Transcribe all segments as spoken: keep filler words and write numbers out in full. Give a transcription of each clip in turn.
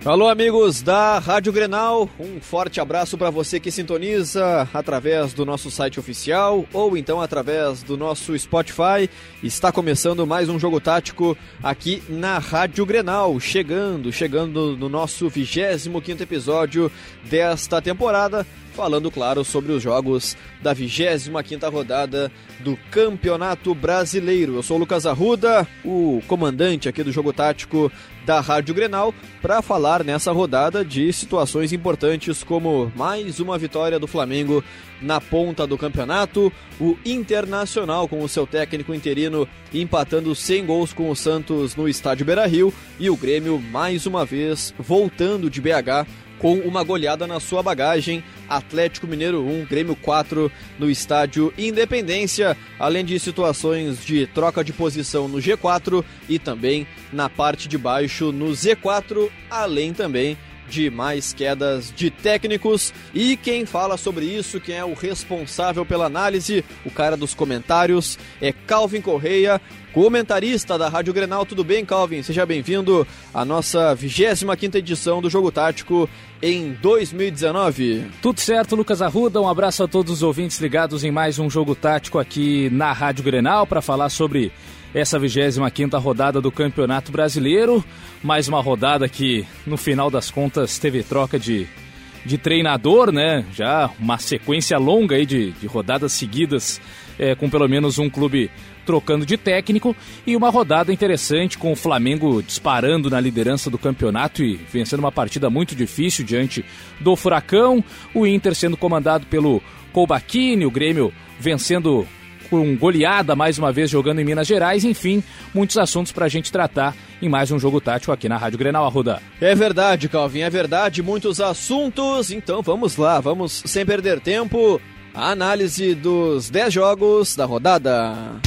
Alô, amigos da Rádio Grenal, um forte abraço para você que sintoniza através do nosso site oficial ou então através do nosso Spotify. Está começando mais um Jogo Tático aqui na Rádio Grenal, chegando, chegando no nosso vigésimo quinto episódio desta temporada, falando, claro, sobre os jogos da vigésima quinta rodada do Campeonato Brasileiro. Eu sou o Lucas Arruda, o comandante aqui do Jogo Tático da Rádio Grenal, para falar nessa rodada de situações importantes como mais uma vitória do Flamengo na ponta do campeonato, o Internacional com o seu técnico interino empatando sem gols com o Santos no estádio Beira-Rio e o Grêmio mais uma vez voltando de B H com uma goleada na sua bagagem, Atlético Mineiro um, Grêmio quatro no estádio Independência, além de situações de troca de posição no G quatro e também na parte de baixo no Z quatro, além também de mais quedas de técnicos. E quem fala sobre isso, quem é o responsável pela análise, o cara dos comentários, é Calvin Correia, comentarista da Rádio Grenal. Tudo bem, Calvin? Seja bem-vindo à nossa vigésima quinta edição do Jogo Tático em dois mil e dezenove. Tudo certo, Lucas Arruda. Um abraço a todos os ouvintes ligados em mais um Jogo Tático aqui na Rádio Grenal para falar sobre essa vigésima quinta rodada do Campeonato Brasileiro. Mais uma rodada que, no final das contas, teve troca de, de treinador, né? Já uma sequência longa aí de, de rodadas seguidas, é, com pelo menos um clube trocando de técnico, e uma rodada interessante com o Flamengo disparando na liderança do campeonato e vencendo uma partida muito difícil diante do Furacão, o Inter sendo comandado pelo Colbachini, o Grêmio vencendo com goleada mais uma vez jogando em Minas Gerais. Enfim, muitos assuntos pra gente tratar em mais um Jogo Tático aqui na Rádio Grenal, Arruda. É verdade, Calvin, é verdade, muitos assuntos, então vamos lá, vamos sem perder tempo, a análise dos dez jogos da rodada.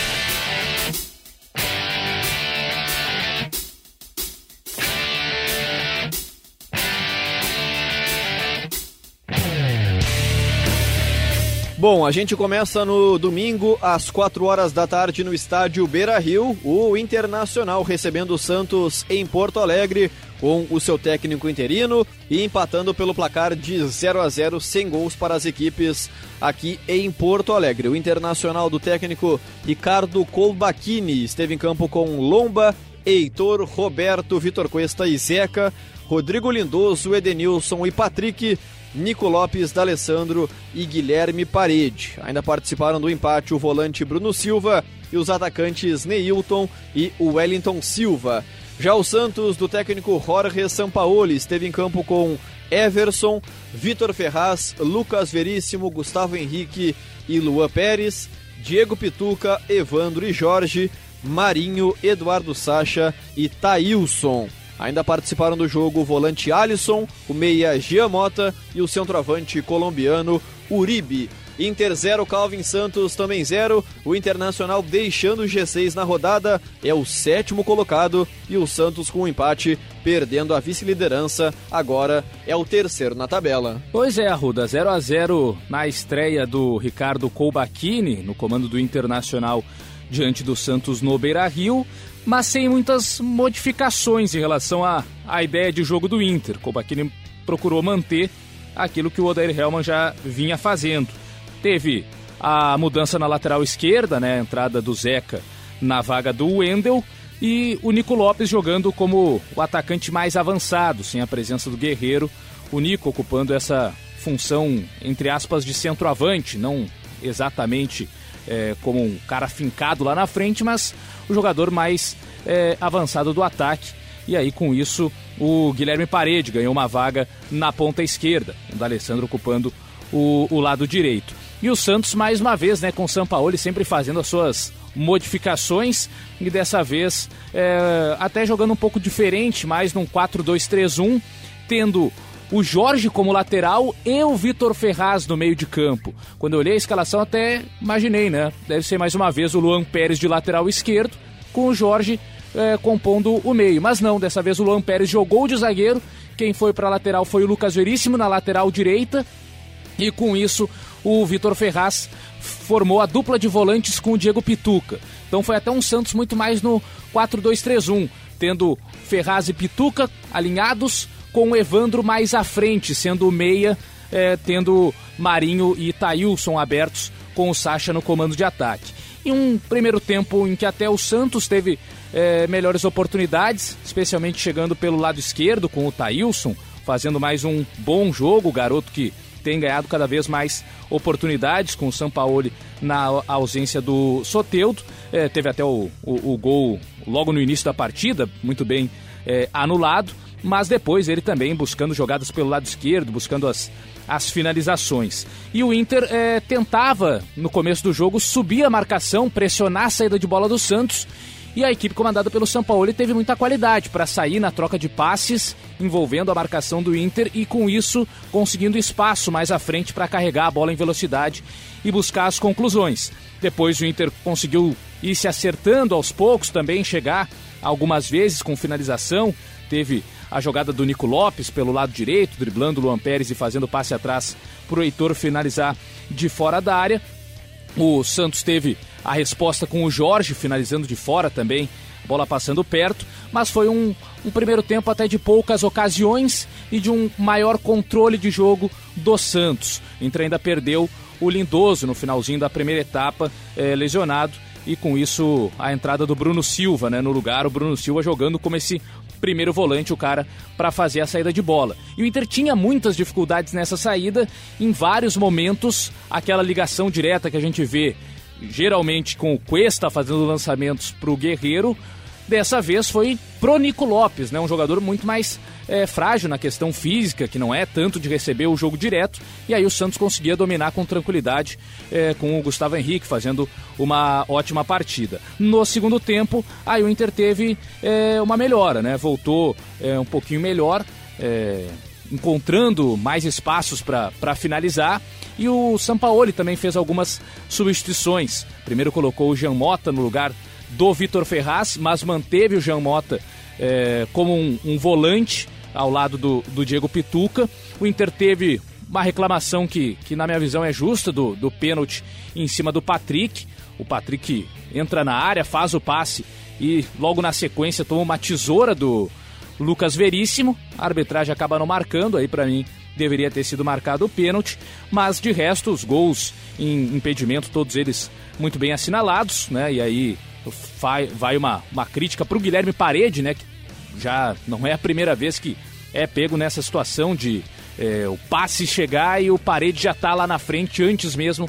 Bom, a gente começa no domingo às quatro horas da tarde no estádio Beira-Rio, o Internacional recebendo o Santos em Porto Alegre com o seu técnico interino e empatando pelo placar de zero a zero sem gols para as equipes aqui em Porto Alegre. O Internacional do técnico Ricardo Colbachini esteve em campo com Lomba, Heitor, Roberto, Vitor Cuesta e Zeca, Rodrigo Lindoso, Edenilson e Patrick, Nico Lopes, D'Alessandro e Guilherme Parede. Ainda participaram do empate o volante Bruno Silva e os atacantes Neilton e Wellington Silva. Já o Santos, do técnico Jorge Sampaoli, esteve em campo com Everson, Vitor Ferraz, Lucas Veríssimo, Gustavo Henrique e Luan Pérez, Diego Pituca, Evandro e Jorge, Marinho, Eduardo Sacha e Thailson. Ainda participaram do jogo o volante Alisson, o meia Giamota e o centroavante colombiano Uribe. Inter zero, Calvin, Santos também zero. O Internacional deixando o G seis na rodada, é o sétimo colocado, e o Santos com um empate, perdendo a vice-liderança, agora é o terceiro na tabela. Pois é, Arruda, zero a zero na estreia do Ricardo Colbachini, no comando do Internacional diante do Santos no Beira-Rio, mas sem muitas modificações em relação à, à ideia de jogo do Inter. Colbachini procurou manter aquilo que o Odair Hellmann já vinha fazendo. Teve a mudança na lateral esquerda, né, a entrada do Zeca na vaga do Wendel, e o Nico Lopes jogando como o atacante mais avançado, sem a presença do Guerreiro. O Nico ocupando essa função, entre aspas, de centroavante, não exatamente é, como um cara fincado lá na frente, mas o jogador mais é, avançado do ataque. E aí, com isso, o Guilherme Parede ganhou uma vaga na ponta esquerda, o D'Alessandro ocupando o, o lado direito. E o Santos, mais uma vez, né, com o Sampaoli sempre fazendo as suas modificações, e dessa vez é, até jogando um pouco diferente, mais num quatro dois três um, tendo o Jorge como lateral e o Vitor Ferraz no meio de campo. Quando eu olhei a escalação, até imaginei, né? Deve ser mais uma vez o Luan Pérez de lateral esquerdo, com o Jorge é, compondo o meio. Mas não, dessa vez o Luan Pérez jogou de zagueiro. Quem foi para a lateral foi o Lucas Veríssimo na lateral direita. E com isso, o Vitor Ferraz formou a dupla de volantes com o Diego Pituca. Então foi até um Santos muito mais no quatro dois três um, tendo Ferraz e Pituca alinhados, com o Evandro mais à frente, sendo o meia, é, tendo Marinho e Thailson abertos com o Sacha no comando de ataque. Em um primeiro tempo em que até o Santos teve é, melhores oportunidades, especialmente chegando pelo lado esquerdo com o Thailson, fazendo mais um bom jogo, o garoto que tem ganhado cada vez mais oportunidades com o Sampaoli na ausência do Soteldo. É, teve até o, o, o gol logo no início da partida, muito bem é, anulado, mas depois ele também buscando jogadas pelo lado esquerdo, buscando as, as finalizações. E o Inter é, tentava, no começo do jogo, subir a marcação, pressionar a saída de bola do Santos, e a equipe comandada pelo Sampaoli teve muita qualidade para sair na troca de passes, envolvendo a marcação do Inter e com isso conseguindo espaço mais à frente para carregar a bola em velocidade e buscar as conclusões. Depois o Inter conseguiu ir se acertando aos poucos, também chegar algumas vezes com finalização. Teve a jogada do Nico Lopes pelo lado direito, driblando o Luan Pérez e fazendo passe atrás para o Heitor finalizar de fora da área. O Santos teve a resposta com o Jorge finalizando de fora também, a bola passando perto, mas foi um, um primeiro tempo até de poucas ocasiões e de um maior controle de jogo do Santos. O Inter ainda perdeu o Lindoso no finalzinho da primeira etapa, é, lesionado, e com isso a entrada do Bruno Silva, né, no lugar, o Bruno Silva jogando como esse primeiro volante, o cara para fazer a saída de bola. E o Inter tinha muitas dificuldades nessa saída, em vários momentos, aquela ligação direta que a gente vê geralmente com o Cuesta fazendo lançamentos para o Guerreiro, dessa vez foi pro Nico Lopes, né? Um jogador muito mais é, frágil na questão física, que não é tanto de receber o jogo direto, e aí o Santos conseguia dominar com tranquilidade é, com o Gustavo Henrique fazendo uma ótima partida. No segundo tempo, aí o Inter teve é, uma melhora, né? Voltou é, um pouquinho melhor, é, encontrando mais espaços para finalizar, e o Sampaoli também fez algumas substituições. Primeiro colocou o Jean Mota no lugar do Vitor Ferraz, mas manteve o Jean Mota é, como um, um volante ao lado do, do Diego Pituca. O Inter teve uma reclamação que, que na minha visão é justa, do, do pênalti em cima do Patrick. O Patrick entra na área, faz o passe e logo na sequência toma uma tesoura do Lucas Veríssimo. A arbitragem acaba não marcando, aí para mim deveria ter sido marcado o pênalti, mas de resto os gols em impedimento, todos eles muito bem assinalados, né? E aí vai, vai uma, uma crítica para o Guilherme Parede, né? Que já não é a primeira vez que é pego nessa situação de é, o passe chegar e o Parede já tá lá na frente antes mesmo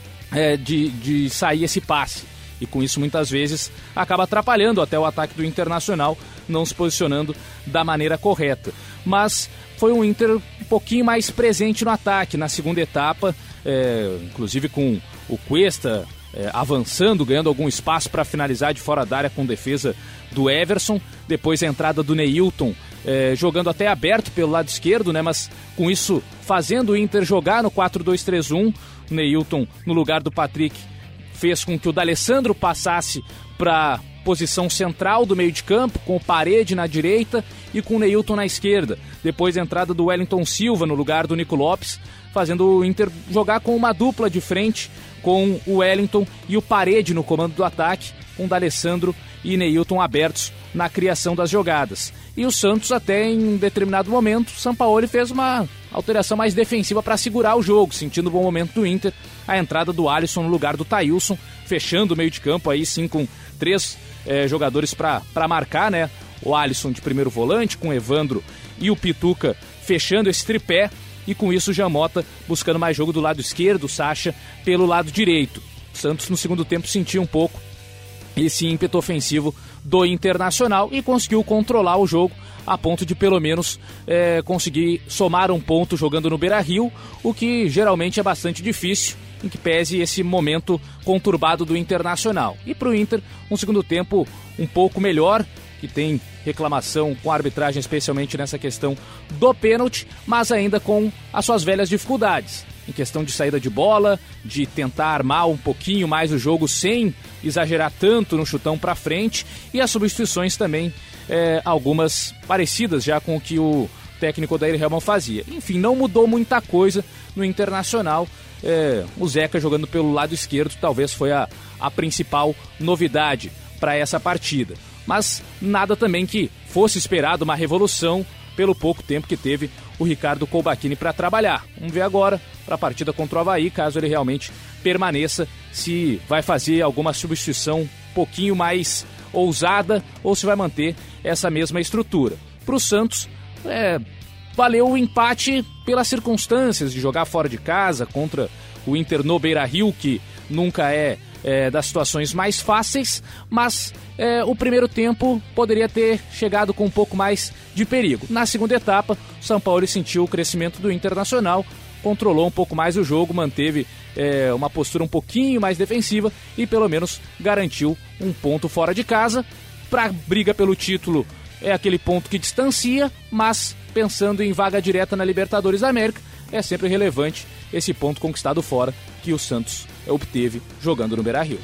é, de, de sair esse passe. E com isso muitas vezes acaba atrapalhando até o ataque do Internacional, não se posicionando da maneira correta. Mas foi um Inter um pouquinho mais presente no ataque na segunda etapa, é, inclusive com o Cuesta é, avançando, ganhando algum espaço para finalizar de fora da área com defesa do Everson. Depois a entrada do Neilton, é, jogando até aberto pelo lado esquerdo, né, mas com isso fazendo o Inter jogar no quatro dois três um. O Neilton no lugar do Patrick fez com que o D'Alessandro passasse para posição central do meio de campo, com o Parede na direita e com o Neilton na esquerda. Depois a entrada do Wellington Silva no lugar do Nico Lopes, fazendo o Inter jogar com uma dupla de frente, com o Wellington e o Parede no comando do ataque, com o D'Alessandro e Neilton abertos na criação das jogadas. E o Santos até em um determinado momento, Sampaoli fez uma alteração mais defensiva para segurar o jogo, sentindo o bom momento do Inter, a entrada do Alisson no lugar do Thailson, fechando o meio de campo aí sim com três é, jogadores para marcar, né? O Alisson de primeiro volante, com o Evandro e o Pituca fechando esse tripé, e com isso o Jean Mota buscando mais jogo do lado esquerdo, o Sacha pelo lado direito. O Santos no segundo tempo sentiu um pouco esse ímpeto ofensivo do Internacional e conseguiu controlar o jogo a ponto de pelo menos é, conseguir somar um ponto jogando no Beira-Rio, o que geralmente é bastante difícil, em que pese esse momento conturbado do Internacional. E para o Inter, um segundo tempo um pouco melhor, que tem reclamação com a arbitragem, especialmente nessa questão do pênalti, mas ainda com as suas velhas dificuldades, em questão de saída de bola, de tentar armar um pouquinho mais o jogo sem exagerar tanto no chutão para frente, e as substituições também, é, algumas parecidas já com o que o técnico Odair Hellmann fazia. Enfim, não mudou muita coisa no Internacional. É, o Zeca jogando pelo lado esquerdo talvez foi a, a principal novidade para essa partida. Mas nada também que fosse esperado uma revolução pelo pouco tempo que teve o Ricardo Colbachini para trabalhar. Vamos ver agora para a partida contra o Avaí, caso ele realmente permaneça, se vai fazer alguma substituição um pouquinho mais ousada ou se vai manter essa mesma estrutura. Para o Santos, é, valeu o empate pelas circunstâncias de jogar fora de casa contra o Inter no Beira-Rio, que nunca é, é das situações mais fáceis, mas é, o primeiro tempo poderia ter chegado com um pouco mais de perigo. Na segunda etapa, o São Paulo sentiu o crescimento do Internacional, controlou um pouco mais o jogo, manteve é, uma postura um pouquinho mais defensiva e pelo menos garantiu um ponto fora de casa. Para a briga pelo título, é aquele ponto que distancia, mas pensando em vaga direta na Libertadores da América, é sempre relevante esse ponto conquistado fora que o Santos obteve jogando no Beira-Rio.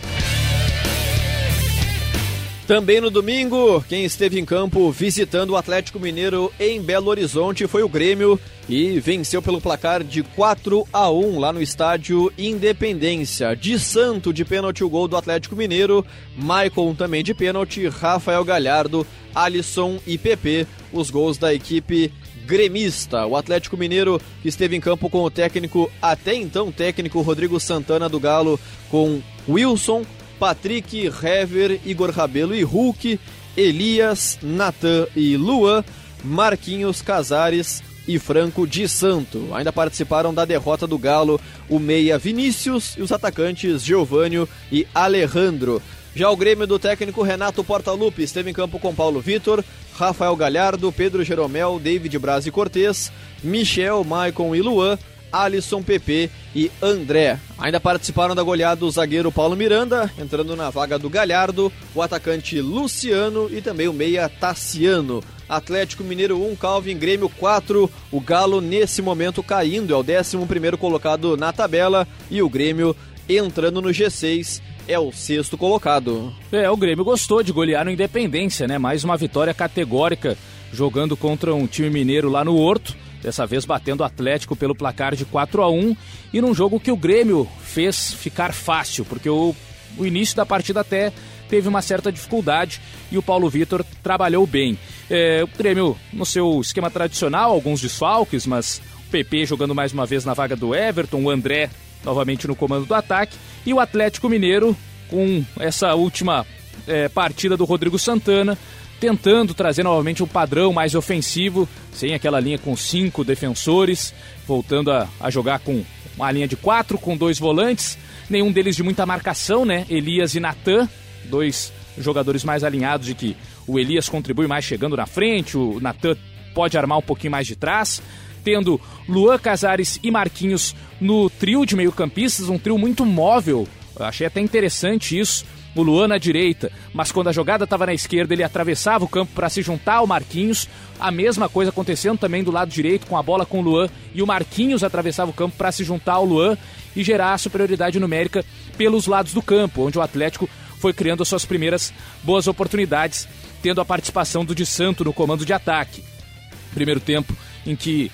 Também no domingo, quem esteve em campo visitando o Atlético Mineiro em Belo Horizonte foi o Grêmio e venceu pelo placar de quatro a um lá no estádio Independência. De Santo de pênalti o gol do Atlético Mineiro, Maicon também de pênalti, Rafael Galhardo, Alisson e Pepe, os gols da equipe gremista. O Atlético Mineiro que esteve em campo com o técnico, até então técnico Rodrigo Santana do Galo, com Wilson, Patrick, Hever, Igor Rabelo e Hulk, Elias, Natan e Luan, Marquinhos, Casares e Franco de Santo. Ainda participaram da derrota do Galo o meia Vinícius e os atacantes Giovânio e Alejandro. Já o Grêmio do técnico Renato Portaluppi esteve em campo com Paulo Vitor, Rafael Galhardo, Pedro Jeromel, David Braz e Cortez, Michel, Maicon e Luan, Alisson, Pepe e André. Ainda participaram da goleada o zagueiro Paulo Miranda, entrando na vaga do Galhardo, o atacante Luciano e também o meia Tassiano. Atlético Mineiro um, Calvin, Grêmio quatro, o Galo nesse momento caindo, é o décimo primeiro colocado na tabela e o Grêmio entrando no G seis, é o sexto colocado. É, o Grêmio gostou de golear no Independência, né? Mais uma vitória categórica jogando contra um time mineiro lá no Horto. Dessa vez batendo o Atlético pelo placar de quatro a um e num jogo que o Grêmio fez ficar fácil, porque o, o início da partida até teve uma certa dificuldade e o Paulo Vitor trabalhou bem. É, o Grêmio no seu esquema tradicional, alguns desfalques, mas o Pepe jogando mais uma vez na vaga do Everton, o André novamente no comando do ataque e o Atlético Mineiro com essa última é, partida do Rodrigo Santana, tentando trazer novamente um padrão mais ofensivo, sem aquela linha com cinco defensores, voltando a, a jogar com uma linha de quatro, com dois volantes, nenhum deles de muita marcação, né? Elias e Natan, dois jogadores mais alinhados e que o Elias contribui mais chegando na frente, o Natan pode armar um pouquinho mais de trás, tendo Luan, Casares e Marquinhos no trio de meio-campistas, um trio muito móvel, eu achei até interessante isso. O Luan na direita, mas quando a jogada estava na esquerda ele atravessava o campo para se juntar ao Marquinhos, a mesma coisa acontecendo também do lado direito com a bola com o Luan e o Marquinhos atravessava o campo para se juntar ao Luan e gerar a superioridade numérica pelos lados do campo, onde o Atlético foi criando as suas primeiras boas oportunidades, tendo a participação do de Santo no comando de ataque. Primeiro tempo em que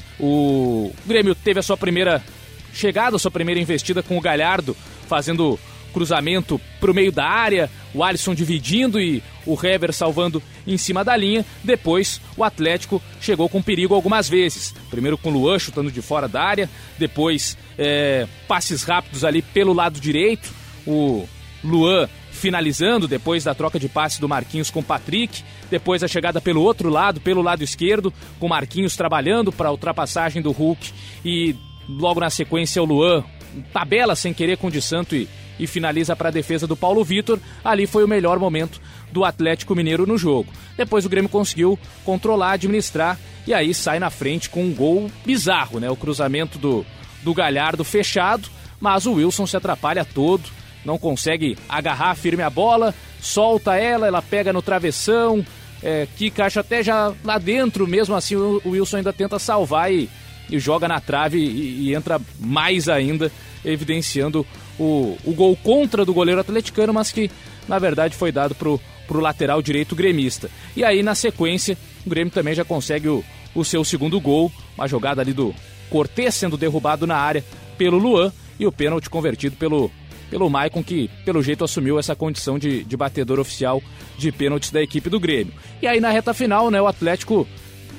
o Grêmio teve a sua primeira chegada, a sua primeira investida com o Galhardo, fazendo cruzamento para o meio da área, o Alisson dividindo e o Hever salvando em cima da linha. Depois o Atlético chegou com perigo algumas vezes, primeiro com o Luan chutando de fora da área, depois é, passes rápidos ali pelo lado direito, o Luan finalizando depois da troca de passe do Marquinhos com o Patrick, depois a chegada pelo outro lado, pelo lado esquerdo, com o Marquinhos trabalhando para a ultrapassagem do Hulk e logo na sequência o Luan tabela sem querer com o de Santo e e finaliza para a defesa do Paulo Vitor. Ali foi o melhor momento do Atlético Mineiro no jogo. Depois o Grêmio conseguiu controlar, administrar e aí sai na frente com um gol bizarro, né? O cruzamento do, do Galhardo fechado, mas o Wilson se atrapalha todo, não consegue agarrar firme a bola, solta ela, ela pega no travessão, é, quica, acha até já lá dentro, mesmo assim o, o Wilson ainda tenta salvar e, e joga na trave e, e entra mais ainda, evidenciando O, o gol contra do goleiro atleticano, mas que na verdade foi dado pro, pro lateral direito gremista. E aí na sequência o Grêmio também já consegue o, o seu segundo gol, uma jogada ali do Cortez sendo derrubado na área pelo Luan e o pênalti convertido pelo, pelo Maicon, que pelo jeito assumiu essa condição de, de batedor oficial de pênaltis da equipe do Grêmio. E aí na reta final, né, o Atlético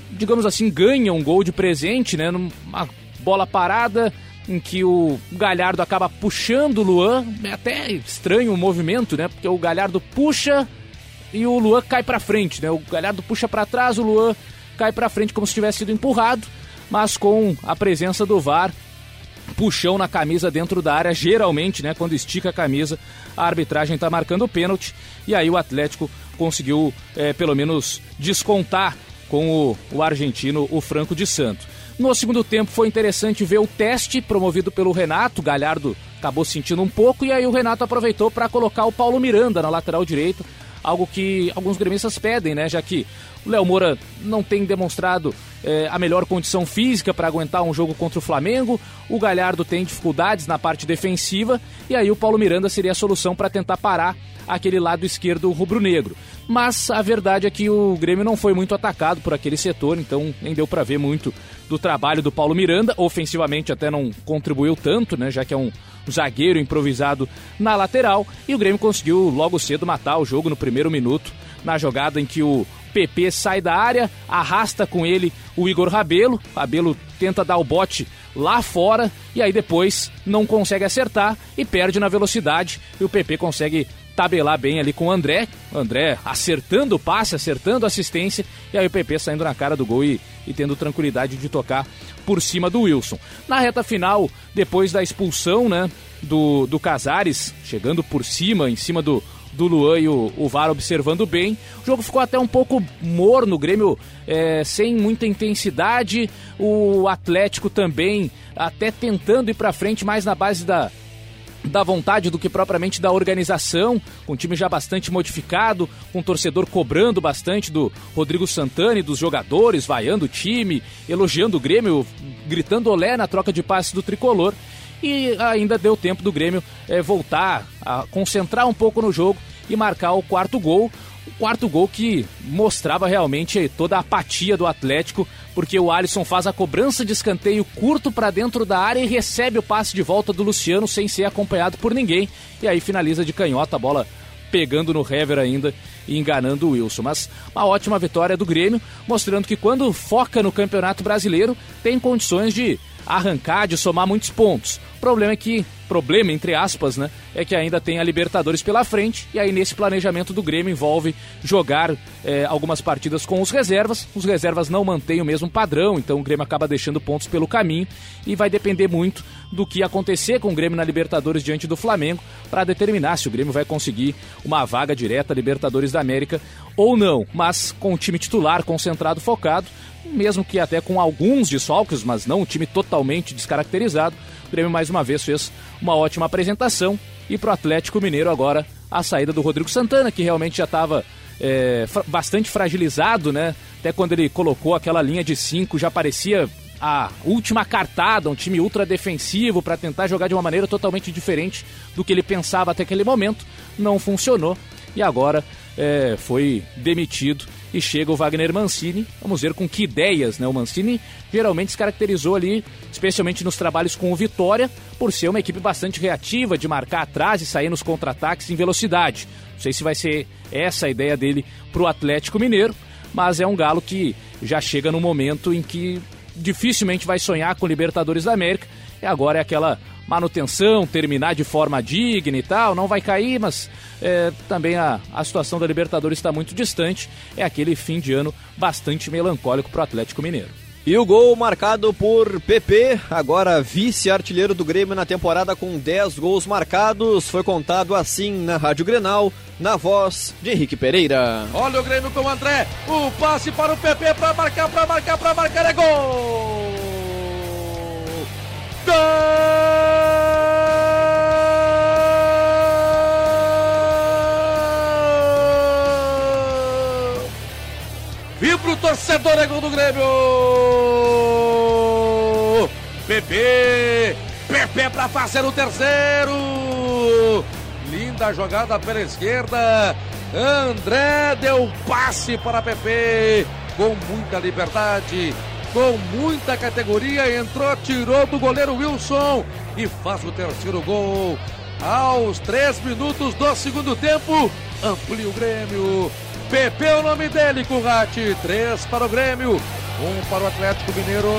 digamos assim, ganha um gol de presente, né? Numa bola parada em que o Galhardo acaba puxando o Luan. É até estranho o movimento, né? Porque o Galhardo puxa e o Luan cai pra frente, né? O Galhardo puxa pra trás, o Luan cai pra frente como se tivesse sido empurrado, mas com a presença do V A R, puxão na camisa dentro da área, geralmente, né, quando estica a camisa, a arbitragem está marcando o pênalti, e aí o Atlético conseguiu, é, pelo menos, descontar com o, o argentino, o Franco de Santo. No segundo tempo foi interessante ver o teste promovido pelo Renato. Galhardo acabou sentindo um pouco, e aí o Renato aproveitou para colocar o Paulo Miranda na lateral direita, algo que alguns gremistas pedem, né, já que o Léo Moura não tem demonstrado é, a melhor condição física para aguentar um jogo contra o Flamengo, o Galhardo tem dificuldades na parte defensiva, e aí o Paulo Miranda seria a solução para tentar parar aquele lado esquerdo rubro-negro. Mas a verdade é que o Grêmio não foi muito atacado por aquele setor, então nem deu para ver muito do trabalho do Paulo Miranda. Ofensivamente até não contribuiu tanto, né, já que é um zagueiro improvisado na lateral, e o Grêmio conseguiu logo cedo matar o jogo no primeiro minuto, na jogada em que o P P sai da área, arrasta com ele o Igor Rabelo, Rabelo tenta dar o bote lá fora, e aí depois não consegue acertar e perde na velocidade, e o P P consegue tabelar bem ali com o André, o André acertando o passe, acertando a assistência, e aí o P P saindo na cara do gol e, e tendo tranquilidade de tocar por cima do Wilson. Na reta final, depois da expulsão, né, do, do Casares, chegando por cima, em cima do, do Luan e o, o V A R observando bem, o jogo ficou até um pouco morno, o Grêmio é, sem muita intensidade, o Atlético também até tentando ir pra frente mais na base da da vontade do que propriamente da organização, com o time já bastante modificado, com o torcedor cobrando bastante do Rodrigo Santana e dos jogadores, vaiando o time, elogiando o Grêmio, gritando olé na troca de passes do tricolor, e ainda deu tempo do Grêmio é, voltar a concentrar um pouco no jogo e marcar o quarto gol, o quarto gol que mostrava realmente toda a apatia do Atlético, porque o Alisson faz a cobrança de escanteio curto para dentro da área e recebe o passe de volta do Luciano sem ser acompanhado por ninguém, e aí finaliza de canhota, a bola pegando no Hever ainda e enganando o Wilson. Mas uma ótima vitória do Grêmio, mostrando que quando foca no Campeonato Brasileiro tem condições de arrancar, de somar muitos pontos. O problema é que, problema entre aspas, né, é que ainda tem a Libertadores pela frente, e aí nesse planejamento do Grêmio envolve jogar é, algumas partidas com os reservas. Os reservas não mantêm o mesmo padrão, então o Grêmio acaba deixando pontos pelo caminho, e vai depender muito do que acontecer com o Grêmio na Libertadores diante do Flamengo para determinar se o Grêmio vai conseguir uma vaga direta à Libertadores da América ou não. Mas com o time titular concentrado, focado, mesmo que até com alguns desfalques, mas não um time totalmente descaracterizado, o Grêmio mais uma vez fez uma ótima apresentação. E para o Atlético Mineiro agora a saída do Rodrigo Santana, que realmente já estava é, fra- bastante fragilizado, né? Até quando ele colocou aquela linha de cinco já parecia a última cartada, um time ultra defensivo para tentar jogar de uma maneira totalmente diferente do que ele pensava até aquele momento. Não funcionou e agora é, foi demitido e chega o Wagner Mancini. Vamos ver com que ideias, né? O Mancini geralmente se caracterizou ali, especialmente nos trabalhos com o Vitória, por ser uma equipe bastante reativa, de marcar atrás e sair nos contra-ataques em velocidade. Não sei se vai ser essa a ideia dele para o Atlético Mineiro, mas é um galo que já chega no momento em que dificilmente vai sonhar com Libertadores da América, e agora é aquela manutenção, terminar de forma digna e tal, não vai cair, mas é, também a, a situação da Libertadores está muito distante, é aquele fim de ano bastante melancólico para o Atlético Mineiro. E o gol marcado por P P, agora vice-artilheiro do Grêmio na temporada com dez gols marcados, foi contado assim na Rádio Grenal, na voz de Henrique Pereira. Olha o Grêmio com o André, o passe para o P P para marcar, para marcar, para marcar, é gol! Gol! Vibra o torcedor, é gol do Grêmio! P P! P P para fazer o terceiro! Linda jogada pela esquerda. André deu passe para P P com muita liberdade, com muita categoria, entrou, tirou do goleiro Wilson e faz o terceiro gol. Aos três minutos do segundo tempo, amplia o Grêmio. P P é o nome dele, Currati. Três para o Grêmio, um para o Atlético Mineiro.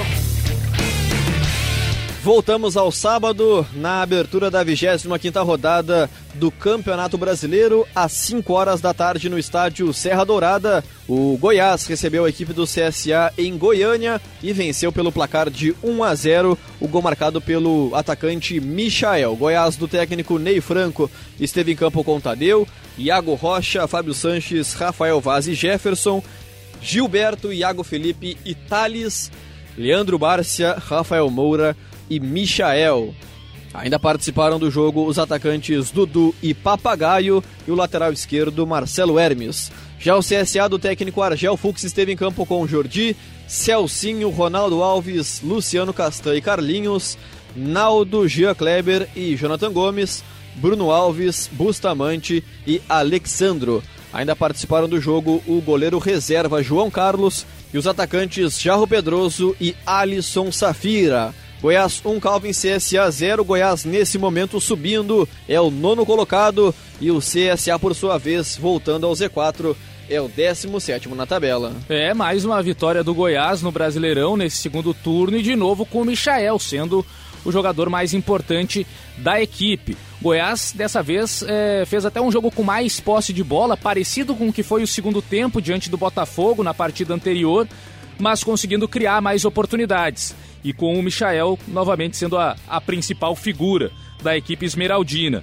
Voltamos ao sábado, na abertura da vigésima quinta rodada do Campeonato Brasileiro, às cinco horas da tarde no estádio Serra Dourada. O Goiás recebeu a equipe do C S A em Goiânia e venceu pelo placar de um a zero, o gol marcado pelo atacante Michael. Goiás do técnico Ney Franco esteve em campo com Tadeu, Iago Rocha, Fábio Sanches, Rafael Vaz e Jefferson, Gilberto, Iago Felipe e Thales, Leandro Bárcia, Rafael Moura e Michael. Ainda participaram do jogo os atacantes Dudu e Papagaio e o lateral esquerdo Marcelo Hermes. Já o C S A do técnico Argel Fux esteve em campo com Jordi, Celcinho, Ronaldo Alves, Luciano Castan e Carlinhos, Naldo, Jean Kleber e Jonathan Gomes, Bruno Alves, Bustamante e Alexandro. Ainda participaram do jogo o goleiro reserva João Carlos e os atacantes Jarro Pedroso e Alisson Safira. Goiás um, Calvin C S A zero, Goiás nesse momento subindo, é o nono colocado, e o C S A por sua vez voltando ao Z quatro, é o décimo sétimo na tabela. É, mais uma vitória do Goiás no Brasileirão nesse segundo turno e de novo com o Michael sendo o jogador mais importante da equipe. Goiás dessa vez é, fez até um jogo com mais posse de bola, parecido com o que foi o segundo tempo diante do Botafogo na partida anterior, mas conseguindo criar mais oportunidades. E com o Michael novamente sendo a, a principal figura da equipe esmeraldina.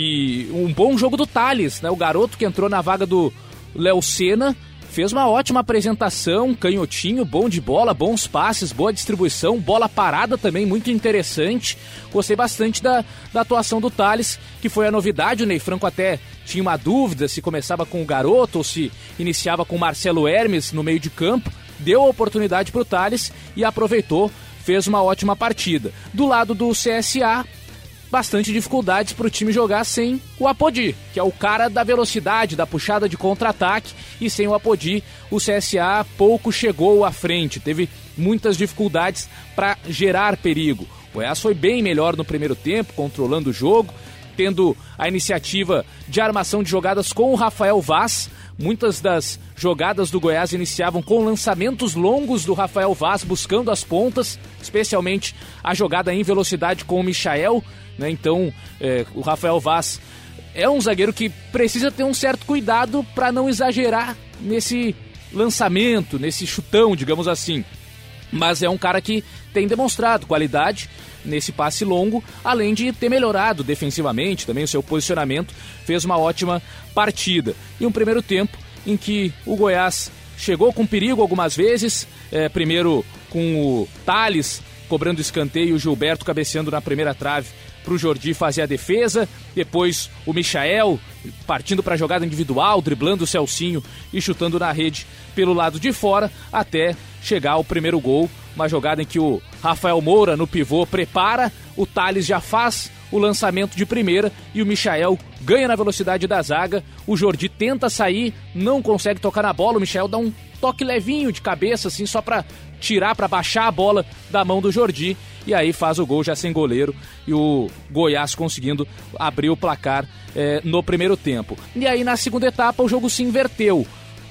E um bom jogo do Thales, né? O garoto que entrou na vaga do Léo Senna, fez uma ótima apresentação, canhotinho, bom de bola, bons passes, boa distribuição, bola parada também, muito interessante. Gostei bastante da, da atuação do Thales, que foi a novidade. O Ney Franco até tinha uma dúvida se começava com o garoto ou se iniciava com o Marcelo Hermes no meio de campo. Deu a oportunidade para o Thales e aproveitou, fez uma ótima partida. Do lado do C S A, bastante dificuldades para o time jogar sem o Apodi, que é o cara da velocidade, da puxada de contra-ataque, e sem o Apodi o C S A pouco chegou à frente, teve muitas dificuldades para gerar perigo. O Goiás foi bem melhor no primeiro tempo, controlando o jogo, tendo a iniciativa de armação de jogadas com o Rafael Vaz. Muitas das jogadas do Goiás iniciavam com lançamentos longos do Rafael Vaz, buscando as pontas, especialmente a jogada em velocidade com o Michael, né? Então, é, o Rafael Vaz é um zagueiro que precisa ter um certo cuidado para não exagerar nesse lançamento, nesse chutão, digamos assim. Mas é um cara que tem demonstrado qualidade nesse passe longo, além de ter melhorado defensivamente, também o seu posicionamento, fez uma ótima partida. E um primeiro tempo em que o Goiás chegou com perigo algumas vezes, é, primeiro com o Thales cobrando escanteio e o Gilberto cabeceando na primeira trave para o Jordi fazer a defesa, depois o Michael partindo para a jogada individual, driblando o Celcinho e chutando na rede pelo lado de fora, até chegar ao primeiro gol, uma jogada em que o Rafael Moura no pivô prepara, o Thales já faz o lançamento de primeira e o Michael ganha na velocidade da zaga, o Jordi tenta sair, não consegue tocar na bola, o Michael dá um toque levinho de cabeça, assim, só para tirar, para baixar a bola da mão do Jordi, e aí faz o gol já sem goleiro, e o Goiás conseguindo abrir o placar é, no primeiro tempo. E aí na segunda etapa o jogo se inverteu.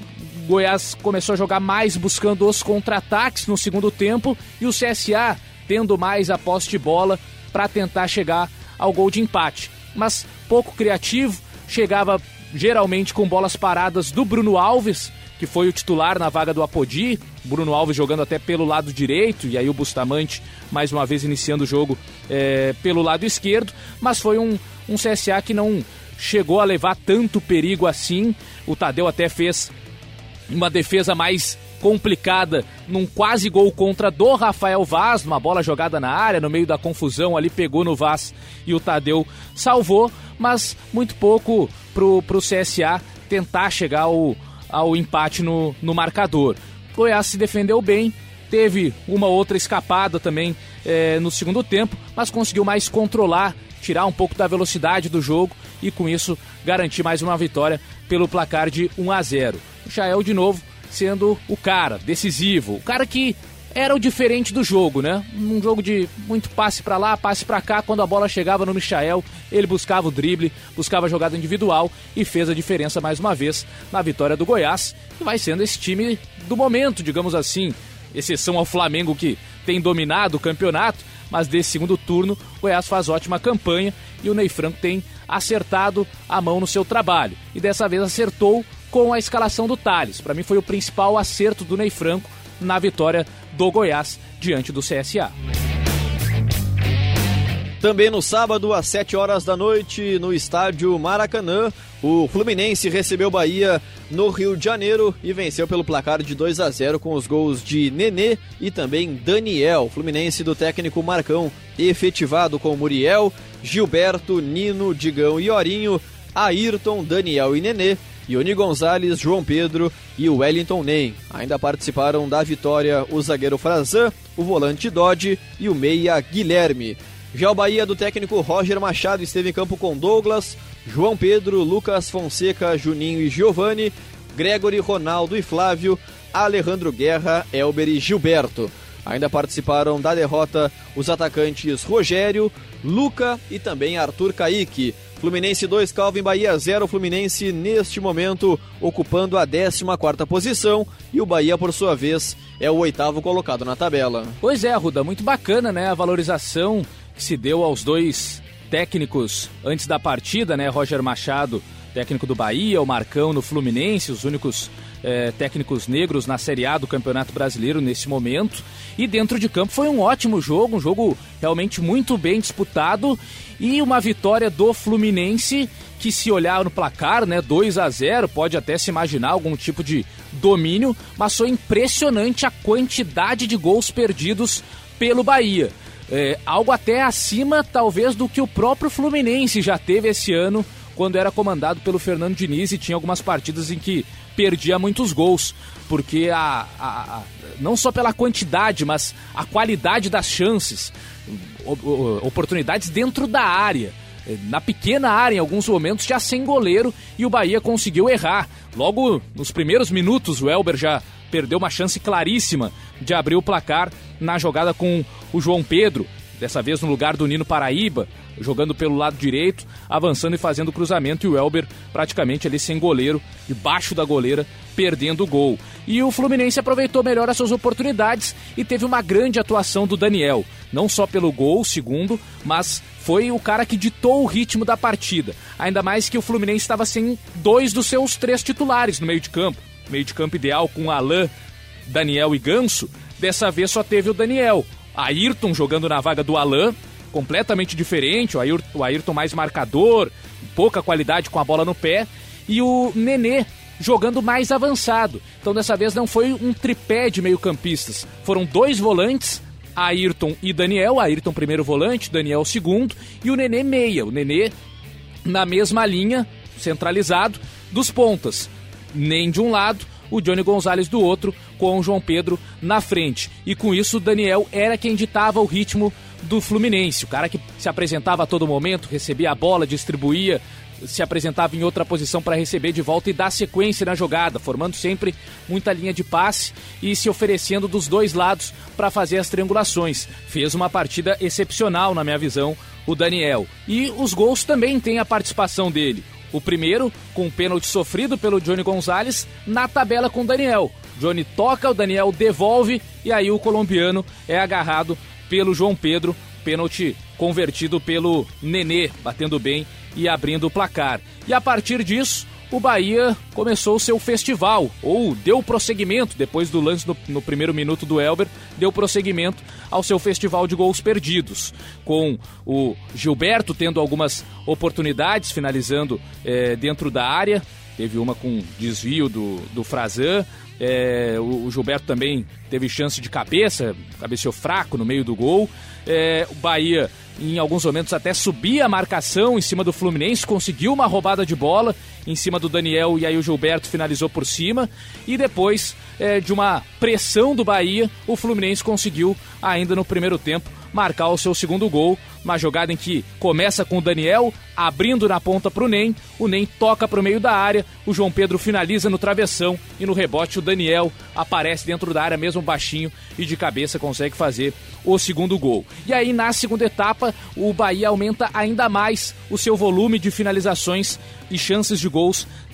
O Goiás começou a jogar mais buscando os contra-ataques no segundo tempo e o C S A tendo mais a posse de bola para tentar chegar ao gol de empate. Mas pouco criativo, chegava geralmente com bolas paradas do Bruno Alves, que foi o titular na vaga do Apodi, Bruno Alves jogando até pelo lado direito, e aí o Bustamante mais uma vez iniciando o jogo é, pelo lado esquerdo, mas foi um, um C S A que não chegou a levar tanto perigo assim. O Tadeu até fez uma defesa mais complicada num quase gol contra do Rafael Vaz, numa bola jogada na área, no meio da confusão ali, pegou no Vaz e o Tadeu salvou, mas muito pouco pro, pro C S A tentar chegar ao, ao empate no, no marcador. O Goiás se defendeu bem, teve uma outra escapada também é, no segundo tempo, mas conseguiu mais controlar, tirar um pouco da velocidade do jogo e com isso garantir mais uma vitória pelo placar de um a zero. O Michael de novo sendo o cara decisivo, o cara que era o diferente do jogo, né? Um jogo de muito passe pra lá, passe pra cá, quando a bola chegava no Michael, ele buscava o drible, buscava a jogada individual e fez a diferença mais uma vez na vitória do Goiás, que vai sendo esse time do momento, digamos assim, exceção ao Flamengo, que tem dominado o campeonato, mas desse segundo turno o Goiás faz ótima campanha e o Ney Franco tem acertado a mão no seu trabalho. E dessa vez acertou com a escalação do Tales. Para mim foi o principal acerto do Ney Franco na vitória do Goiás diante do C S A. Também no sábado, às sete horas da noite, no estádio Maracanã, o Fluminense recebeu o Bahia no Rio de Janeiro e venceu pelo placar de dois a zero com os gols de Nenê e também Daniel. Fluminense do técnico Marcão, efetivado com Muriel, Gilberto, Nino, Digão e Orinho, Ayrton, Daniel e Nenê, Ioni Gonzalez, João Pedro e o Wellington Ney. Ainda participaram da vitória o zagueiro Frazan, o volante Dodge e o meia Guilherme. Já o Bahia do técnico Roger Machado esteve em campo com Douglas, João Pedro, Lucas Fonseca, Juninho e Giovani, Gregory, Ronaldo e Flávio, Alejandro Guerra, Elber e Gilberto. Ainda participaram da derrota os atacantes Rogério, Luca e também Arthur Caíque. Fluminense dois, Calvin Bahia zero, Fluminense neste momento ocupando a décima quarta posição e o Bahia, por sua vez, é o oitavo colocado na tabela. Pois é, Arruda, muito bacana, né, a valorização que se deu aos dois técnicos antes da partida, né, Roger Machado, técnico do Bahia, o Marcão no Fluminense, os únicos é, técnicos negros na Série A do Campeonato Brasileiro nesse momento. E dentro de campo foi um ótimo jogo, um jogo realmente muito bem disputado e uma vitória do Fluminense que, se olhar no placar, né, dois a zero, pode até se imaginar algum tipo de domínio, mas foi impressionante a quantidade de gols perdidos pelo Bahia. É, algo até acima, talvez, do que o próprio Fluminense já teve esse ano, quando era comandado pelo Fernando Diniz e tinha algumas partidas em que perdia muitos gols, porque a, a, a, não só pela quantidade, mas a qualidade das chances, oportunidades dentro da área, na pequena área em alguns momentos, já sem goleiro, e o Bahia conseguiu errar. Logo nos primeiros minutos o Elber já perdeu uma chance claríssima de abrir o placar na jogada com o João Pedro, dessa vez no lugar do Nino Paraíba, jogando pelo lado direito, avançando e fazendo o cruzamento, e o Elber praticamente ali sem goleiro, debaixo da goleira, perdendo o gol. E o Fluminense aproveitou melhor as suas oportunidades e teve uma grande atuação do Daniel, não só pelo gol, segundo, mas foi o cara que ditou o ritmo da partida, ainda mais que o Fluminense estava sem dois dos seus três titulares no meio de campo, meio de campo ideal com Alain, Daniel e Ganso. Dessa vez só teve o Daniel, Ayrton jogando na vaga do Alain, completamente diferente, o Ayrton, o Ayrton mais marcador, pouca qualidade com a bola no pé, e o Nenê jogando mais avançado. Então dessa vez não foi um tripé de meio-campistas, foram dois volantes, Ayrton e Daniel, Ayrton primeiro volante, Daniel segundo, e o Nenê meia, o Nenê na mesma linha, centralizado, dos pontas, nem de um lado, o Johnny Gonzalez do outro, com o João Pedro na frente. E com isso o Daniel era quem ditava o ritmo do Fluminense, o cara que se apresentava a todo momento, recebia a bola, distribuía, se apresentava em outra posição para receber de volta e dar sequência na jogada, formando sempre muita linha de passe e se oferecendo dos dois lados para fazer as triangulações. Fez uma partida excepcional, na minha visão, o Daniel. E os gols também têm a participação dele. O primeiro, com um pênalti sofrido pelo Johnny Gonzalez, na tabela com o Daniel. Johnny toca, o Daniel devolve e aí o colombiano é agarrado pelo João Pedro, pênalti convertido pelo Nenê, batendo bem e abrindo o placar. E a partir disso, o Bahia começou o seu festival, ou deu prosseguimento, depois do lance no, no primeiro minuto do Elber, deu prosseguimento ao seu festival de gols perdidos, com o Gilberto tendo algumas oportunidades, finalizando é, dentro da área, teve uma com desvio do, do Frazan, é, o, o Gilberto também teve chance de cabeça, cabeceou fraco no meio do gol, é, o Bahia em alguns momentos até subia a marcação em cima do Fluminense, conseguiu uma roubada de bola em cima do Daniel e aí o Gilberto finalizou por cima e depois é, de uma pressão do Bahia, o Fluminense conseguiu ainda no primeiro tempo marcar o seu segundo gol, uma jogada em que começa com o Daniel abrindo na ponta para o Ney, o Ney toca para o meio da área, o João Pedro finaliza no travessão e no rebote o Daniel aparece dentro da área mesmo baixinho e de cabeça consegue fazer o segundo gol. E aí na segunda etapa o Bahia aumenta ainda mais o seu volume de finalizações e chances de gols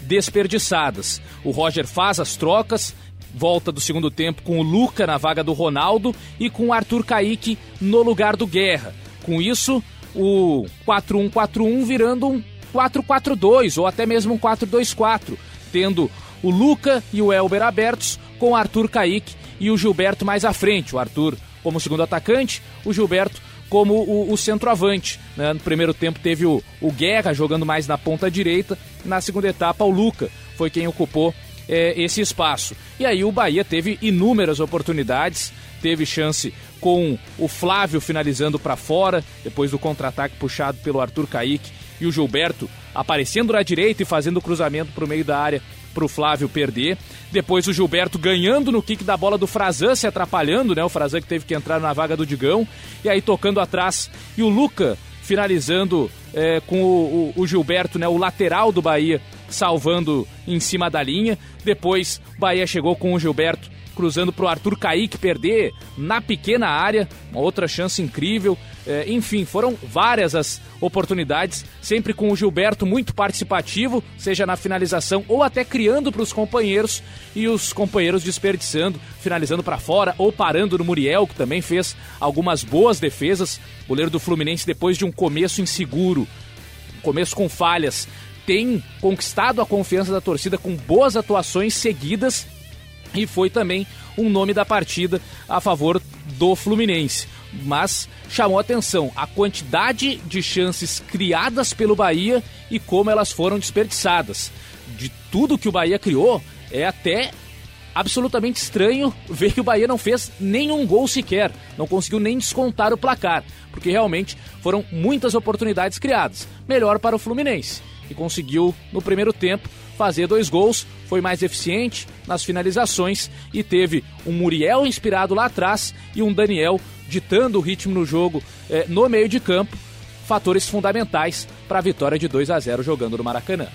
desperdiçadas. O Roger faz as trocas, volta do segundo tempo com o Luca na vaga do Ronaldo e com o Arthur Kaique no lugar do Guerra. Com isso, o quatro um quatro um virando um quatro quatro dois ou até mesmo um quatro dois quatro, tendo o Luca e o Elber abertos com o Arthur Kaique e o Gilberto mais à frente. O Arthur como segundo atacante, o Gilberto como o, o centroavante, né? No primeiro tempo teve o, o Guerra jogando mais na ponta direita, na segunda etapa o Luca foi quem ocupou é, esse espaço. E aí o Bahia teve inúmeras oportunidades, teve chance com o Flávio finalizando para fora, depois do contra-ataque puxado pelo Arthur Kaique, e o Gilberto aparecendo na direita e fazendo o cruzamento para o meio da área para o Flávio perder. Depois o Gilberto ganhando no kick da bola do Frazan, se atrapalhando, né? O Frazan que teve que entrar na vaga do Digão, e aí tocando atrás, e o Luca finalizando é, com o, o, o Gilberto, né? O lateral do Bahia, salvando em cima da linha. Depois o Bahia chegou com o Gilberto cruzando para o Arthur Kaique perder na pequena área, uma outra chance incrível. É, enfim, foram várias as oportunidades, sempre com o Gilberto muito participativo, seja na finalização ou até criando para os companheiros, e os companheiros desperdiçando, finalizando para fora ou parando no Muriel, que também fez algumas boas defesas. O goleiro do Fluminense, depois de um começo inseguro, um começo com falhas, tem conquistado a confiança da torcida com boas atuações seguidas, e foi também um nome da partida a favor do Fluminense. Mas chamou a atenção a quantidade de chances criadas pelo Bahia e como elas foram desperdiçadas. De tudo que o Bahia criou, é até absolutamente estranho ver que o Bahia não fez nenhum gol sequer, não conseguiu nem descontar o placar, porque realmente foram muitas oportunidades criadas. Melhor para o Fluminense, que conseguiu no primeiro tempo fazer dois gols, foi mais eficiente nas finalizações e teve um Muriel inspirado lá atrás e um Daniel ditando o ritmo no jogo eh, no meio de campo, fatores fundamentais para a vitória de dois a zero jogando no Maracanã.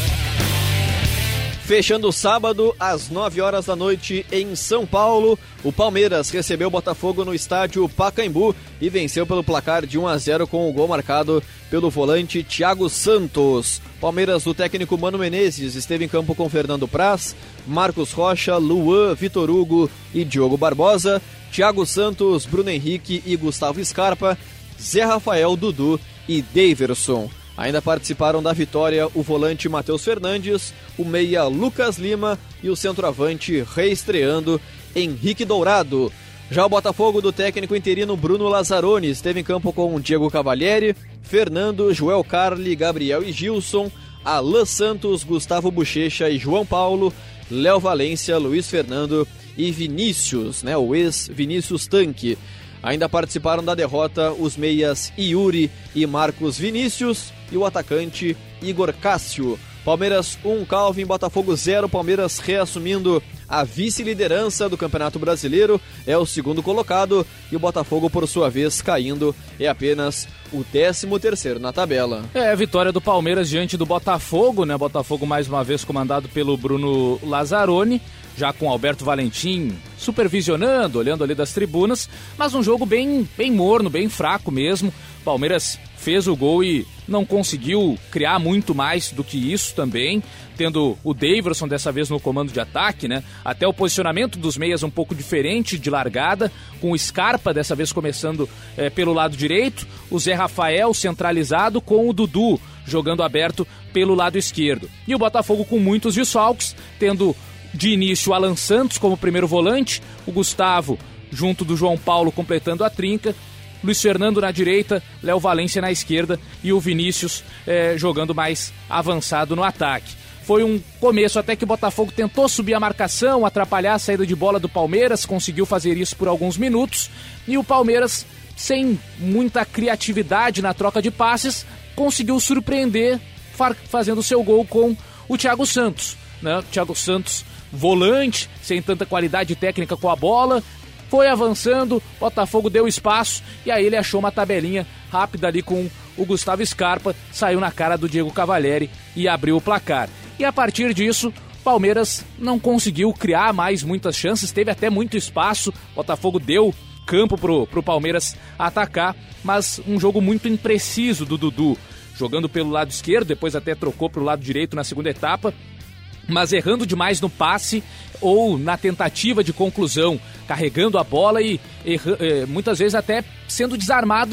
Fechando o sábado, às nove horas da noite, em São Paulo, o Palmeiras recebeu o Botafogo no estádio Pacaembu e venceu pelo placar de um a zero com o gol marcado pelo volante Thiago Santos. Palmeiras do técnico Mano Menezes esteve em campo com Fernando Praz, Marcos Rocha, Luan, Vitor Hugo e Diogo Barbosa, Thiago Santos, Bruno Henrique e Gustavo Scarpa, Zé Rafael, Dudu e Daverson. Ainda participaram da vitória o volante Matheus Fernandes, o meia Lucas Lima e o centroavante reestreando Henrique Dourado. Já o Botafogo do técnico interino Bruno Lazzaroni esteve em campo com Diego Cavalieri, Fernando, Joel Carli, Gabriel e Gilson, Alan Santos, Gustavo Bochecha e João Paulo, Léo Valência, Luiz Fernando e Vinícius, né, o ex-Vinícius Tanque. Ainda participaram da derrota os meias Yuri e Marcos Vinícius e o atacante Igor Cássio. Palmeiras um, Calvin, Botafogo zero, Palmeiras reassumindo a vice-liderança do Campeonato Brasileiro, é o segundo colocado, e o Botafogo, por sua vez, caindo, é apenas o décimo terceiro na tabela. É, a vitória do Palmeiras diante do Botafogo, né? Botafogo mais uma vez comandado pelo Bruno Lazzaroni, já com Alberto Valentim supervisionando, olhando ali das tribunas, mas um jogo bem, bem morno, bem fraco mesmo. Palmeiras fez o gol e não conseguiu criar muito mais do que isso também, tendo o Daverson dessa vez no comando de ataque, né? Até o posicionamento dos meias um pouco diferente de largada, com o Scarpa dessa vez começando é, pelo lado direito, o Zé Rafael centralizado com o Dudu jogando aberto pelo lado esquerdo. E o Botafogo com muitos desfalques, tendo de início o Alan Santos como primeiro volante, o Gustavo junto do João Paulo completando a trinca, Luiz Fernando na direita, Léo Valência na esquerda e o Vinícius eh, jogando mais avançado no ataque. Foi um começo até que o Botafogo tentou subir a marcação, atrapalhar a saída de bola do Palmeiras, conseguiu fazer isso por alguns minutos, e o Palmeiras, sem muita criatividade na troca de passes, conseguiu surpreender fazendo seu gol com o Thiago Santos, né? O Thiago Santos, volante, sem tanta qualidade técnica com a bola, foi avançando, Botafogo deu espaço e aí ele achou uma tabelinha rápida ali com o Gustavo Scarpa, saiu na cara do Diego Cavalieri e abriu o placar. E a partir disso, Palmeiras não conseguiu criar mais muitas chances, teve até muito espaço, Botafogo deu campo pro, pro Palmeiras atacar, mas um jogo muito impreciso do Dudu, jogando pelo lado esquerdo, depois até trocou pro lado direito na segunda etapa, mas errando demais no passe ou na tentativa de conclusão, carregando a bola e erra, eh, muitas vezes até sendo desarmado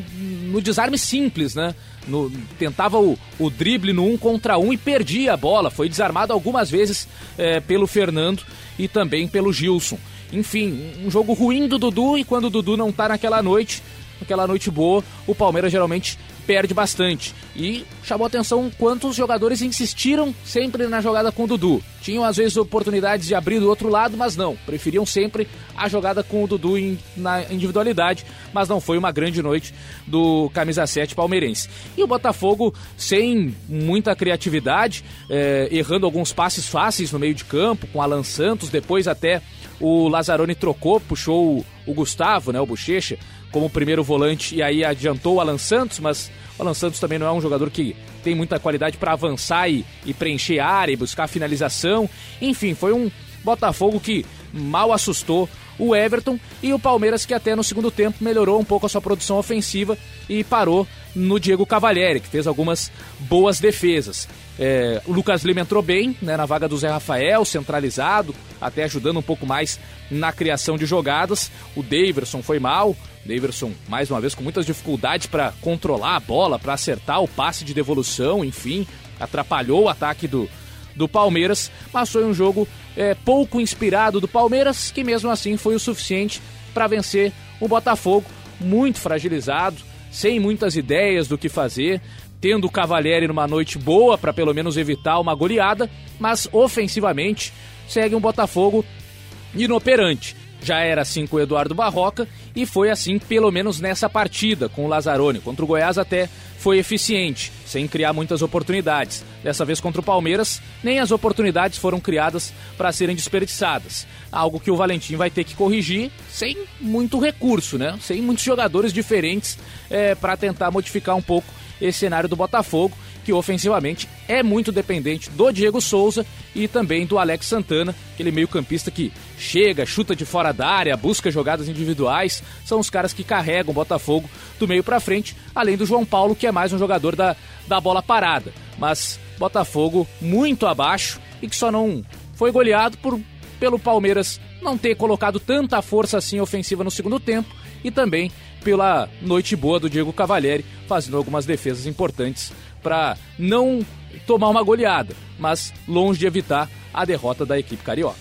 no desarme simples, né? No, tentava o, o drible no um contra um e perdia a bola. Foi desarmado algumas vezes eh, pelo Fernando e também pelo Gilson. Enfim, um jogo ruim do Dudu, e quando o Dudu não tá naquela noite, naquela noite boa, o Palmeiras geralmente perde bastante. E chamou atenção quantos jogadores insistiram sempre na jogada com o Dudu. Tinham às vezes oportunidades de abrir do outro lado, mas não. Preferiam sempre a jogada com o Dudu em, na individualidade, mas não foi uma grande noite do camisa sete palmeirense. E o Botafogo sem muita criatividade, é, errando alguns passes fáceis no meio de campo, com Alan Santos, depois até o Lazzaroni trocou, puxou o, o Gustavo, né, o Bochecha, como primeiro volante, e aí adiantou o Alan Santos, mas o Alan Santos também não é um jogador que tem muita qualidade para avançar e, e preencher a área e buscar finalização. Enfim, foi um Botafogo que mal assustou o Everton, e o Palmeiras que até no segundo tempo melhorou um pouco a sua produção ofensiva e parou no Diego Cavalieri, que fez algumas boas defesas. É, o Lucas Lima entrou bem, né, na vaga do Zé Rafael, centralizado, até ajudando um pouco mais na criação de jogadas. O Daverson foi mal, Daverson mais uma vez com muitas dificuldades para controlar a bola, para acertar o passe de devolução, enfim, atrapalhou o ataque do, do Palmeiras, mas foi um jogo é, pouco inspirado do Palmeiras, que mesmo assim foi o suficiente para vencer o Botafogo, muito fragilizado, sem muitas ideias do que fazer, tendo o Cavalieri numa noite boa para pelo menos evitar uma goleada, mas ofensivamente segue um Botafogo inoperante. Já era assim com o Eduardo Barroca e foi assim pelo menos nessa partida com o Lazzaroni. Contra o Goiás até foi eficiente, sem criar muitas oportunidades. Dessa vez contra o Palmeiras, nem as oportunidades foram criadas para serem desperdiçadas. Algo que o Valentim vai ter que corrigir sem muito recurso, né? Sem muitos jogadores diferentes é, para tentar modificar um pouco esse cenário do Botafogo, que ofensivamente é muito dependente do Diego Souza e também do Alex Santana, aquele meio-campista que chega, chuta de fora da área, busca jogadas individuais. São os caras que carregam o Botafogo do meio para frente, além do João Paulo, que é mais um jogador da, da bola parada. Mas Botafogo muito abaixo e que só não foi goleado por, pelo Palmeiras não ter colocado tanta força assim ofensiva no segundo tempo, e também pela noite boa do Diego Cavalieri, fazendo algumas defesas importantes para não tomar uma goleada, mas longe de evitar a derrota da equipe carioca.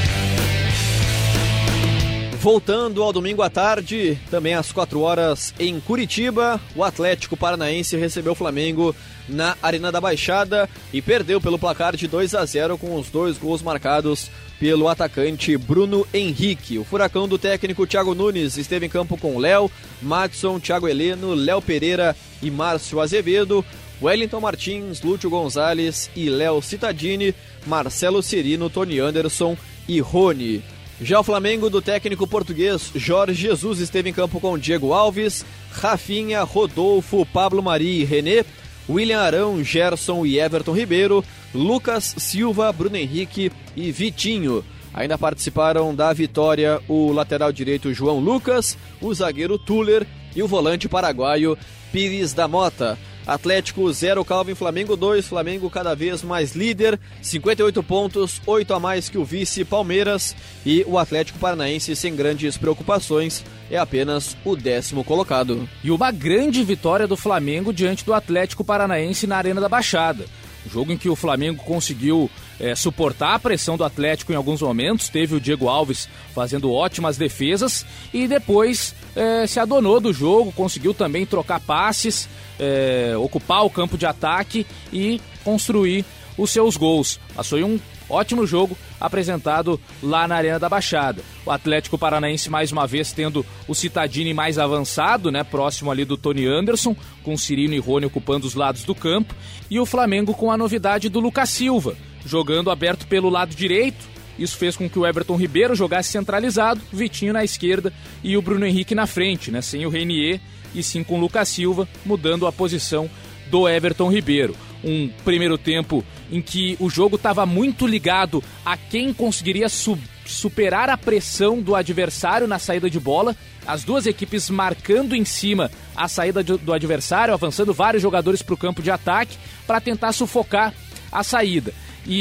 Voltando ao domingo à tarde, também às quatro horas em Curitiba, o Atlético Paranaense recebeu o Flamengo na Arena da Baixada e perdeu pelo placar de dois a zero, com os dois gols marcados pelo atacante Bruno Henrique. O furacão do técnico Thiago Nunes esteve em campo com Léo, Madson, Thiago Heleno, Léo Pereira e Márcio Azevedo, Wellington Martins, Lúcio Gonzalez e Léo Cittadini, Marcelo Cirino, Tony Anderson e Rony. Já o Flamengo do técnico português Jorge Jesus esteve em campo com Diego Alves, Rafinha, Rodolfo, Pablo Mari e René, William Arão, Gerson e Everton Ribeiro, Lucas Silva, Bruno Henrique e Vitinho. Ainda participaram da vitória o lateral direito João Lucas, o zagueiro Tuller e o volante paraguaio Pires da Mota. Atlético zero, Calvin, Flamengo dois, Flamengo cada vez mais líder, cinquenta e oito pontos, oito a mais que o vice Palmeiras, e o Atlético Paranaense sem grandes preocupações, é apenas o décimo colocado. E uma grande vitória do Flamengo diante do Atlético Paranaense na Arena da Baixada. Um jogo em que o Flamengo conseguiu é, suportar a pressão do Atlético em alguns momentos, teve o Diego Alves fazendo ótimas defesas e depois é, se adonou do jogo, conseguiu também trocar passes, é, ocupar o campo de ataque e construir os seus gols. Mas foi um ótimo jogo apresentado lá na Arena da Baixada. O Atlético Paranaense mais uma vez tendo o Cittadini mais avançado, né, próximo ali do Tony Anderson, com Cirino e Rony ocupando os lados do campo, e o Flamengo com a novidade do Lucas Silva, jogando aberto pelo lado direito. Isso fez com que o Everton Ribeiro jogasse centralizado, Vitinho na esquerda e o Bruno Henrique na frente, né, sem o Renier e sim com o Lucas Silva, mudando a posição do Everton Ribeiro. Um primeiro tempo em que o jogo estava muito ligado a quem conseguiria su- superar a pressão do adversário na saída de bola. As duas equipes marcando em cima a saída de, do adversário, avançando vários jogadores para o campo de ataque para tentar sufocar a saída. E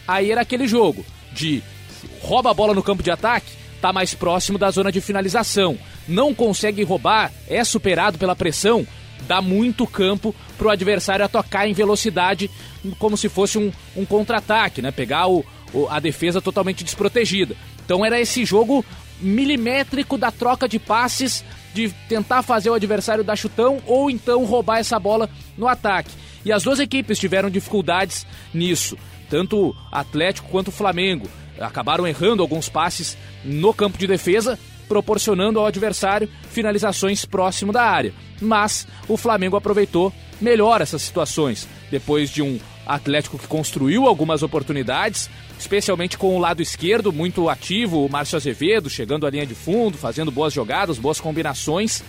aí era aquele jogo de rouba a bola no campo de ataque, tá mais próximo da zona de finalização. Não consegue roubar, é superado pela pressão, dá muito campo pro adversário a tocar em velocidade, como se fosse um, um contra-ataque, né? Pegar o, o, a defesa totalmente desprotegida. Então era esse jogo milimétrico da troca de passes, de tentar fazer o adversário dar chutão ou então roubar essa bola no ataque. E as duas equipes tiveram dificuldades nisso, tanto Atlético quanto Flamengo. Acabaram errando alguns passes no campo de defesa, proporcionando ao adversário finalizações próximo da área. Mas o Flamengo aproveitou melhor essas situações, depois de um Atlético que construiu algumas oportunidades, especialmente com o lado esquerdo, muito ativo, o Márcio Azevedo chegando à linha de fundo, fazendo boas jogadas, boas combinações.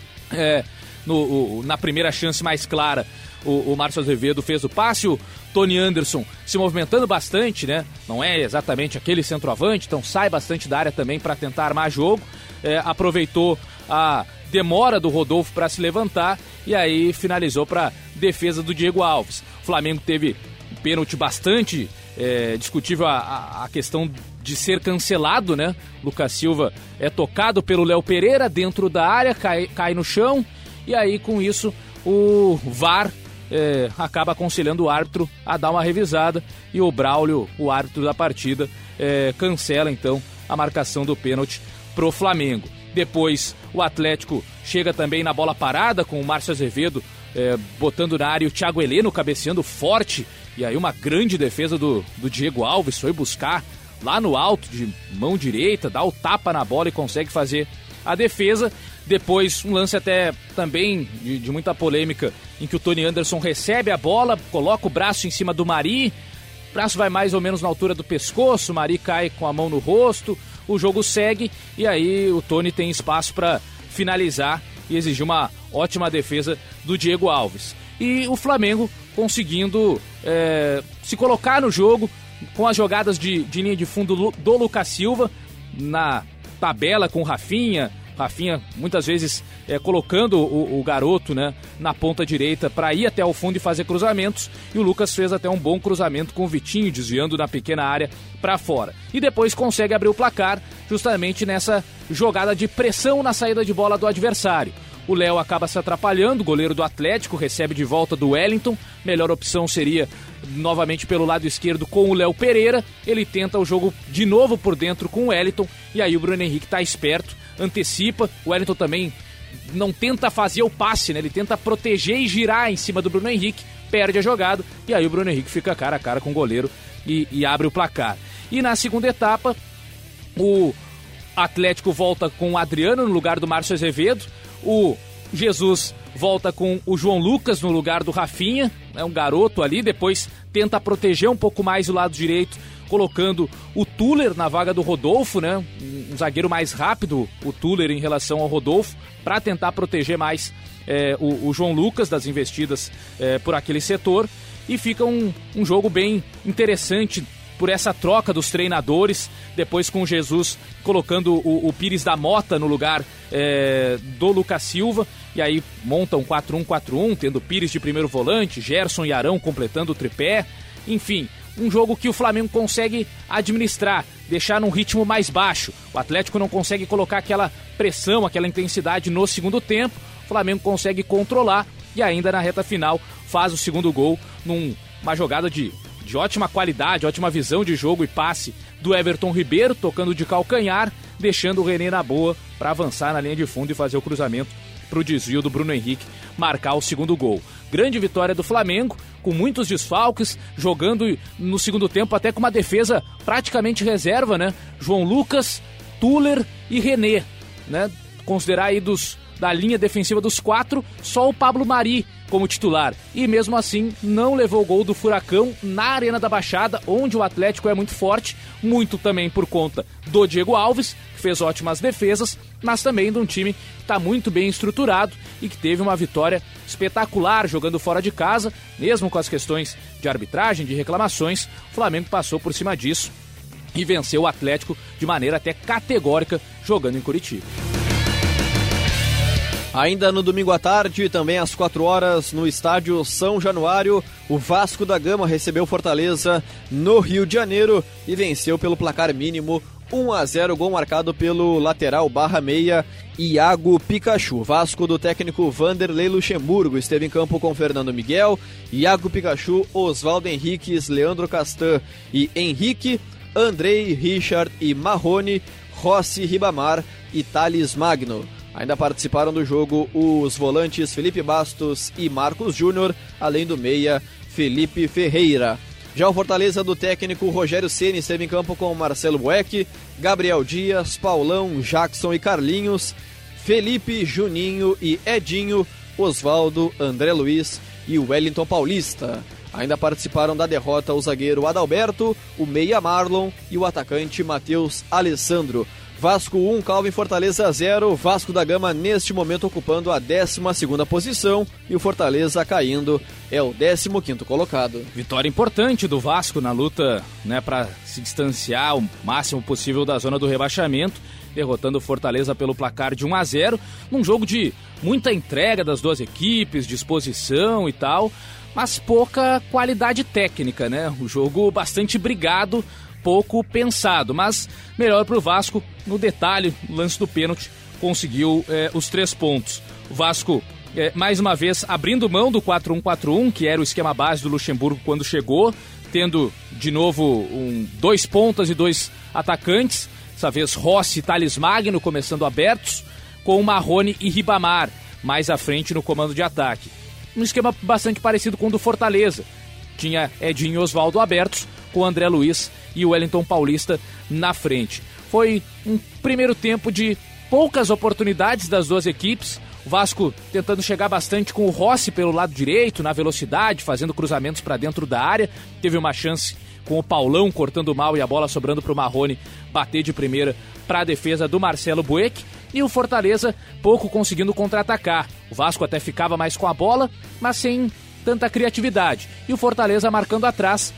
É, no, o, na primeira chance mais clara, o, o Márcio Azevedo fez o passe, o Tony Anderson se movimentando bastante, né? Não é exatamente aquele centroavante, então sai bastante da área também para tentar armar jogo. É, aproveitou a demora do Rodolfo para se levantar e aí finalizou para defesa do Diego Alves. O Flamengo teve um pênalti bastante é, discutível, a, a questão de ser cancelado, né? Lucas Silva é tocado pelo Léo Pereira dentro da área, cai, cai no chão e aí com isso o V A R é, acaba aconselhando o árbitro a dar uma revisada e o Braulio, o árbitro da partida, é, cancela então a marcação do pênalti pro Flamengo. Depois o Atlético chega também na bola parada com o Márcio Azevedo é, botando na área, o Thiago Heleno cabeceando forte e aí uma grande defesa do, do Diego Alves, foi buscar lá no alto de mão direita, dá o tapa na bola e consegue fazer a defesa. Depois um lance até também de, de muita polêmica em que o Tony Anderson recebe a bola, coloca o braço em cima do Mari, o braço vai mais ou menos na altura do pescoço, o Mari cai com a mão no rosto, o jogo segue e aí o Tony tem espaço para finalizar e exigir uma ótima defesa do Diego Alves. E o Flamengo conseguindo é, se colocar no jogo com as jogadas de, de linha de fundo do Lucas Silva, na tabela com o Rafinha, Rafinha muitas vezes é, colocando o, o garoto, né, na ponta direita para ir até o fundo e fazer cruzamentos, e o Lucas fez até um bom cruzamento com o Vitinho, desviando na pequena área para fora. E depois consegue abrir o placar justamente nessa jogada de pressão na saída de bola do adversário. O Léo acaba se atrapalhando, o goleiro do Atlético recebe de volta do Wellington, melhor opção seria novamente pelo lado esquerdo com o Léo Pereira, ele tenta o jogo de novo por dentro com o Wellington, e aí o Bruno Henrique está esperto, antecipa, o Wellington também não tenta fazer o passe, né? Ele tenta proteger e girar em cima do Bruno Henrique, perde a jogada, e aí o Bruno Henrique fica cara a cara com o goleiro e, e abre o placar. E na segunda etapa, o Atlético volta com o Adriano no lugar do Márcio Azevedo, o Jesus volta com o João Lucas no lugar do Rafinha, é um garoto ali, depois tenta proteger um pouco mais o lado direito, colocando o Tuller na vaga do Rodolfo, né? Um zagueiro mais rápido, o Tuller em relação ao Rodolfo, para tentar proteger mais é, o, o João Lucas das investidas é, por aquele setor, e fica um, um jogo bem interessante por essa troca dos treinadores, depois com o Jesus colocando o, o Pires da Mota no lugar é, do Lucas Silva, e aí monta um quatro um quatro um, tendo Pires de primeiro volante, Gerson e Arão completando o tripé, enfim, um jogo que o Flamengo consegue administrar, deixar num ritmo mais baixo. O Atlético não consegue colocar aquela pressão, aquela intensidade no segundo tempo, o Flamengo consegue controlar e ainda na reta final faz o segundo gol numa jogada de de ótima qualidade, ótima visão de jogo e passe do Everton Ribeiro, tocando de calcanhar, deixando o René na boa para avançar na linha de fundo e fazer o cruzamento para o desvio do Bruno Henrique marcar o segundo gol. Grande vitória do Flamengo, com muitos desfalques, jogando no segundo tempo até com uma defesa praticamente reserva, né? João Lucas, Tuller e René, né? Considerar aí dos, da linha defensiva dos quatro, só o Pablo Mari como titular, e mesmo assim não levou o gol do Furacão na Arena da Baixada, onde o Atlético é muito forte, muito também por conta do Diego Alves, que fez ótimas defesas, mas também de um time que está muito bem estruturado e que teve uma vitória espetacular jogando fora de casa, mesmo com as questões de arbitragem, de reclamações, o Flamengo passou por cima disso e venceu o Atlético de maneira até categórica jogando em Curitiba. Ainda no domingo à tarde, também às quatro horas, no estádio São Januário, o Vasco da Gama recebeu Fortaleza no Rio de Janeiro e venceu pelo placar mínimo um a zero, gol marcado pelo lateral barra meia Iago Pikachu. Vasco do técnico Vanderlei Luxemburgo esteve em campo com Fernando Miguel, Iago Pikachu, Oswaldo Henriques, Leandro Castan e Henrique, Andrei, Richard e Marrone, Rossi, Ribamar e Thales Magno. Ainda participaram do jogo os volantes Felipe Bastos e Marcos Júnior, além do meia Felipe Ferreira. Já o Fortaleza do técnico Rogério Ceni esteve em campo com Marcelo Boeck, Gabriel Dias, Paulão, Jackson e Carlinhos, Felipe, Juninho e Edinho, Oswaldo, André Luiz e Wellington Paulista. Ainda participaram da derrota o zagueiro Adalberto, o meia Marlon e o atacante Matheus Alessandro. Vasco um, Calvin Fortaleza zero, Vasco da Gama neste momento ocupando a décima segunda posição e o Fortaleza caindo é o décimo quinto colocado. Vitória importante do Vasco na luta, né, para se distanciar o máximo possível da zona do rebaixamento, derrotando o Fortaleza pelo placar de um a zero, num jogo de muita entrega das duas equipes, disposição e tal, mas pouca qualidade técnica, né? O jogo bastante brigado, pouco pensado, mas melhor para o Vasco. No detalhe, no lance do pênalti, conseguiu é, os três pontos. O Vasco, é, mais uma vez, abrindo mão do quatro um quatro um, que era o esquema base do Luxemburgo quando chegou, tendo de novo um, dois pontas e dois atacantes, dessa vez Rossi e Thales Magno começando abertos, com Marrone e Ribamar mais à frente no comando de ataque. Um esquema bastante parecido com o do Fortaleza. Tinha Edinho e Oswaldo abertos, com André Luiz e o Wellington Paulista na frente. Foi um primeiro tempo de poucas oportunidades das duas equipes. O Vasco tentando chegar bastante com o Rossi pelo lado direito, na velocidade, fazendo cruzamentos para dentro da área. Teve uma chance com o Paulão cortando mal e a bola sobrando para o Marrone bater de primeira para a defesa do Marcelo Boeck. E o Fortaleza pouco conseguindo contra-atacar. O Vasco até ficava mais com a bola, mas sem tanta criatividade. E o Fortaleza marcando atrás,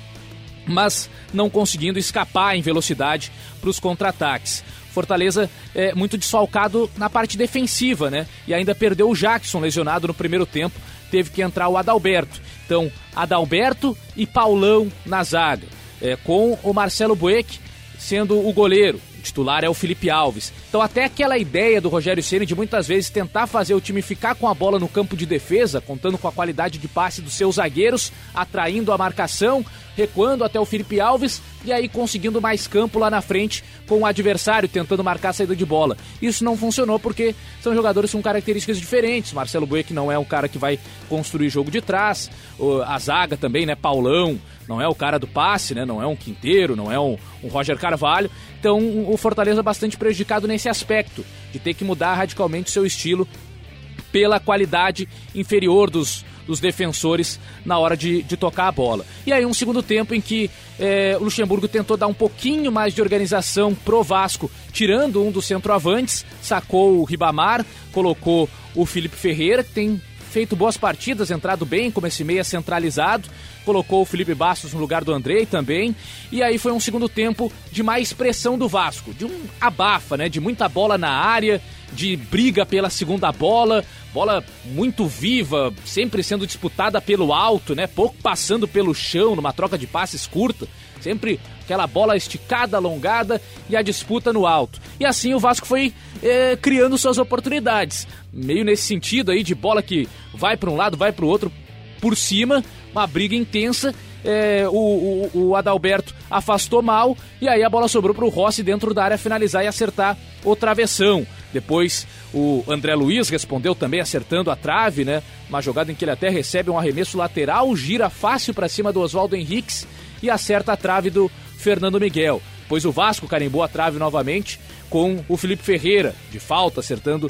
mas não conseguindo escapar em velocidade para os contra-ataques. Fortaleza é muito desfalcado na parte defensiva, né? E ainda perdeu o Jackson lesionado no primeiro tempo, teve que entrar o Adalberto. Então, Adalberto e Paulão na zaga, é, com o Marcelo Boeck sendo o goleiro. O titular é o Felipe Alves. Então até aquela ideia do Rogério Ceni de muitas vezes tentar fazer o time ficar com a bola no campo de defesa, contando com a qualidade de passe dos seus zagueiros, atraindo a marcação, recuando até o Felipe Alves e aí conseguindo mais campo lá na frente com o adversário tentando marcar a saída de bola. Isso não funcionou porque são jogadores com características diferentes. Marcelo Boeck não é um cara que vai construir jogo de trás, a zaga também, né, Paulão, não é o cara do passe, né, não é um Quinteiro, não é um, um Roger Carvalho. Então o Fortaleza bastante prejudicado nesse aspecto, de ter que mudar radicalmente o seu estilo pela qualidade inferior dos, dos defensores na hora de, de tocar a bola. E aí um segundo tempo em que é, o Luxemburgo tentou dar um pouquinho mais de organização pro Vasco, tirando um dos centroavantes, sacou o Ribamar, colocou o Felipe Ferreira, que tem feito boas partidas, entrado bem como esse meia centralizado, colocou o Felipe Bastos no lugar do Andrei também, e aí foi um segundo tempo de mais pressão do Vasco, de um abafa, né, de muita bola na área, de briga pela segunda bola, bola muito viva, sempre sendo disputada pelo alto, né, pouco passando pelo chão, numa troca de passes curta, sempre aquela bola esticada, alongada e a disputa no alto. E assim o Vasco foi é, criando suas oportunidades, meio nesse sentido aí de bola que vai para um lado, vai para o outro, por cima, uma briga intensa. É, o, o, o Adalberto afastou mal e aí a bola sobrou para o Rossi dentro da área finalizar e acertar o travessão. Depois o André Luiz respondeu também acertando a trave, né? Uma jogada em que ele até recebe um arremesso lateral, gira fácil para cima do Oswaldo Henriques e acerta a trave do Fernando Miguel. Depois o Vasco carimbou a trave novamente com o Felipe Ferreira, de falta, acertando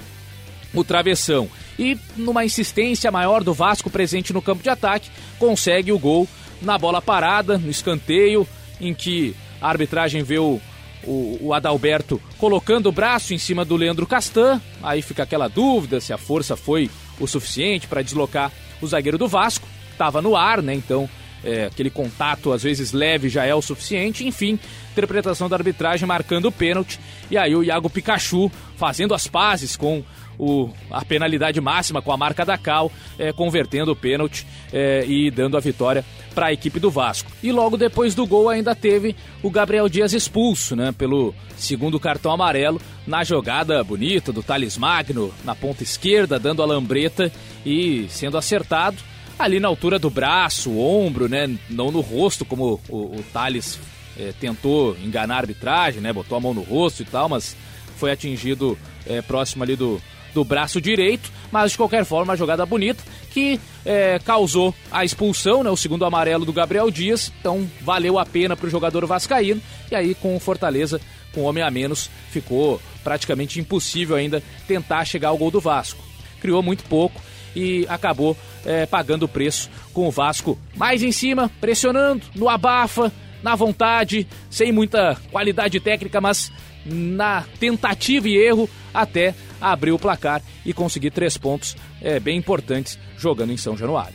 o travessão. E numa insistência maior do Vasco presente no campo de ataque, consegue o gol na bola parada, no escanteio, em que a arbitragem vê o, o, o Adalberto colocando o braço em cima do Leandro Castan. Aí fica aquela dúvida se a força foi o suficiente para deslocar o zagueiro do Vasco. Estava no ar, né? Então é, aquele contato às vezes leve já é o suficiente. Enfim, interpretação da arbitragem marcando o pênalti. E aí o Iago Pikachu fazendo as pazes com o, a penalidade máxima com a marca da Cal, é, convertendo o pênalti é, e dando a vitória para a equipe do Vasco. E logo depois do gol ainda teve o Gabriel Dias expulso, né, pelo segundo cartão amarelo, na jogada bonita do Thales Magno, na ponta esquerda, dando a lambreta e sendo acertado ali na altura do braço, ombro, né, não no rosto, como o, o Thales é, tentou enganar a arbitragem, né, botou a mão no rosto e tal, mas foi atingido é, próximo ali do, do braço direito, mas de qualquer forma uma jogada bonita que é, causou a expulsão, né, o segundo amarelo do Gabriel Dias, então valeu a pena para o jogador vascaíno, e aí com o Fortaleza, com homem a menos, ficou praticamente impossível ainda tentar chegar ao gol do Vasco. Criou muito pouco e acabou é, pagando o preço com o Vasco mais em cima, pressionando, no abafa, na vontade, sem muita qualidade técnica, mas na tentativa e erro até abrir o placar e conseguir três pontos é, bem importantes jogando em São Januário.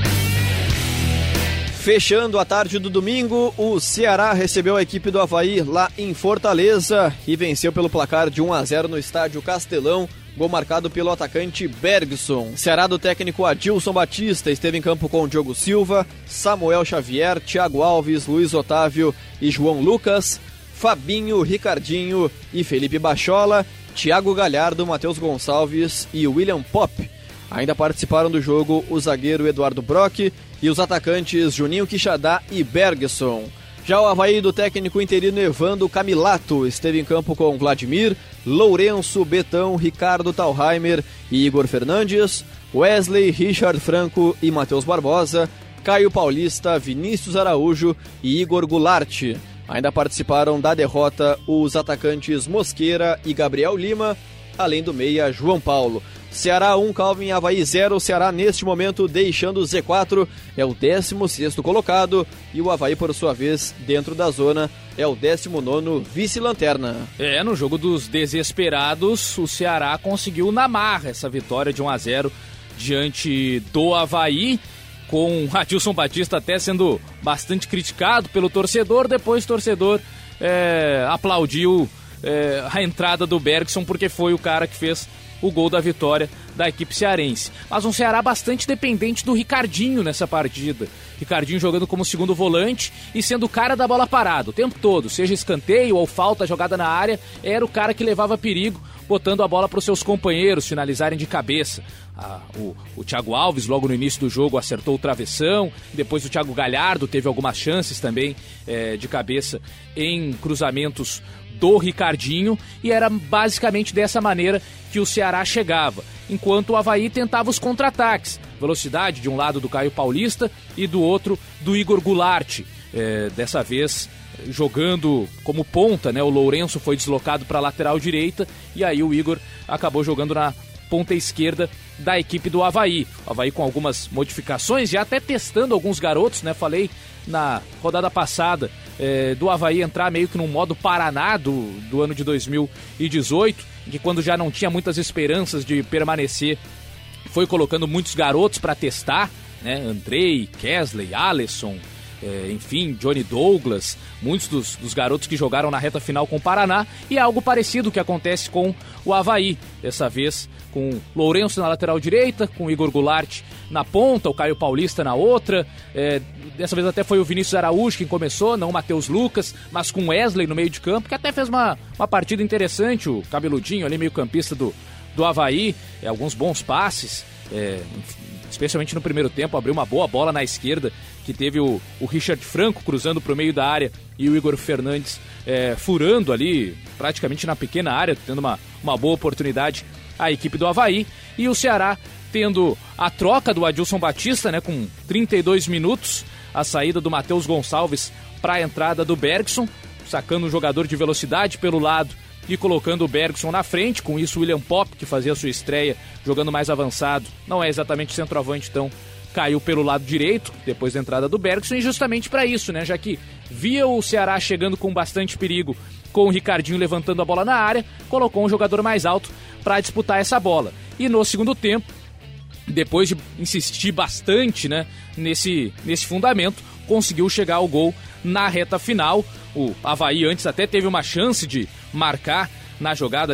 Fechando a tarde do domingo, o Ceará recebeu a equipe do Avaí lá em Fortaleza e venceu pelo placar de um a zero no estádio Castelão, gol marcado pelo atacante Bergson. Ceará do técnico Adilson Batista esteve em campo com Diogo Silva, Samuel Xavier, Thiago Alves, Luiz Otávio e João Lucas, Fabinho, Ricardinho e Felipe Bachola, Thiago Galhardo, Matheus Gonçalves e William Pop. Ainda participaram do jogo o zagueiro Eduardo Brock e os atacantes Juninho Quixadá e Bergson. Já o Avaí do técnico interino Evandro Camilato esteve em campo com Vladimir, Lourenço, Betão, Ricardo Thalheimer e Igor Fernandes, Wesley, Richard Franco e Matheus Barbosa, Caio Paulista, Vinícius Araújo e Igor Goulart. Ainda participaram da derrota os atacantes Mosqueira e Gabriel Lima, além do meia João Paulo. Ceará um, Calvin, Avaí zero. Ceará neste momento deixando o Z quatro, é o décimo sexto colocado, e o Avaí por sua vez dentro da zona é o décimo nono vice-lanterna. É, no jogo dos desesperados, o Ceará conseguiu na marra essa vitória de um a zero diante do Avaí, com Adilson Batista até sendo bastante criticado pelo torcedor. Depois o torcedor é, aplaudiu é, a entrada do Bergson, porque foi o cara que fez o gol da vitória da equipe cearense. Mas um Ceará bastante dependente do Ricardinho nessa partida. Ricardinho jogando como segundo volante e sendo o cara da bola parada o tempo todo, seja escanteio ou falta, jogada na área, era o cara que levava perigo, botando a bola para os seus companheiros finalizarem de cabeça. Ah, o, o Thiago Alves, logo no início do jogo, acertou o travessão. Depois o Thiago Galhardo teve algumas chances também é, de cabeça em cruzamentos do Ricardinho, e era basicamente dessa maneira que o Ceará chegava, enquanto o Avaí tentava os contra-ataques, velocidade de um lado do Caio Paulista e do outro do Igor Goulart, é, dessa vez jogando como ponta, né? O Lourenço foi deslocado para a lateral direita e aí o Igor acabou jogando na ponta esquerda da equipe do Avaí. O Avaí com algumas modificações, já até testando alguns garotos, né? Falei na rodada passada é, do Avaí entrar meio que num modo Paraná do, do ano de dois mil e dezoito, em que quando já não tinha muitas esperanças de permanecer, foi colocando muitos garotos para testar, né? Andrei, Kesley, Alisson, é, enfim, Johnny Douglas, muitos dos, dos garotos que jogaram na reta final com o Paraná, e é algo parecido que acontece com o Avaí, dessa vez com Lourenço na lateral direita, com Igor Goulart na ponta, o Caio Paulista na outra, é, dessa vez até foi o Vinícius Araújo quem começou, não o Matheus Lucas, mas com Wesley no meio de campo, que até fez uma, uma partida interessante, o cabeludinho ali, meio campista do, do Avaí, é, alguns bons passes, é, especialmente no primeiro tempo, abriu uma boa bola na esquerda, que teve o, o Richard Franco cruzando para o meio da área e o Igor Fernandes é, furando ali, praticamente na pequena área, tendo uma, uma boa oportunidade a equipe do Avaí, e o Ceará tendo a troca do Adilson Batista, né, com trinta e dois minutos, a saída do Matheus Gonçalves para a entrada do Bergson, sacando um jogador de velocidade pelo lado e colocando o Bergson na frente. Com isso o William Pop, que fazia a sua estreia jogando mais avançado, não é exatamente centroavante, então caiu pelo lado direito, depois da entrada do Bergson, e justamente para isso, né, já que via o Ceará chegando com bastante perigo, com o Ricardinho levantando a bola na área, colocou um jogador mais alto para disputar essa bola. E no segundo tempo, depois de insistir bastante, né, nesse, nesse fundamento, conseguiu chegar ao gol na reta final. O Avaí antes até teve uma chance de marcar na jogada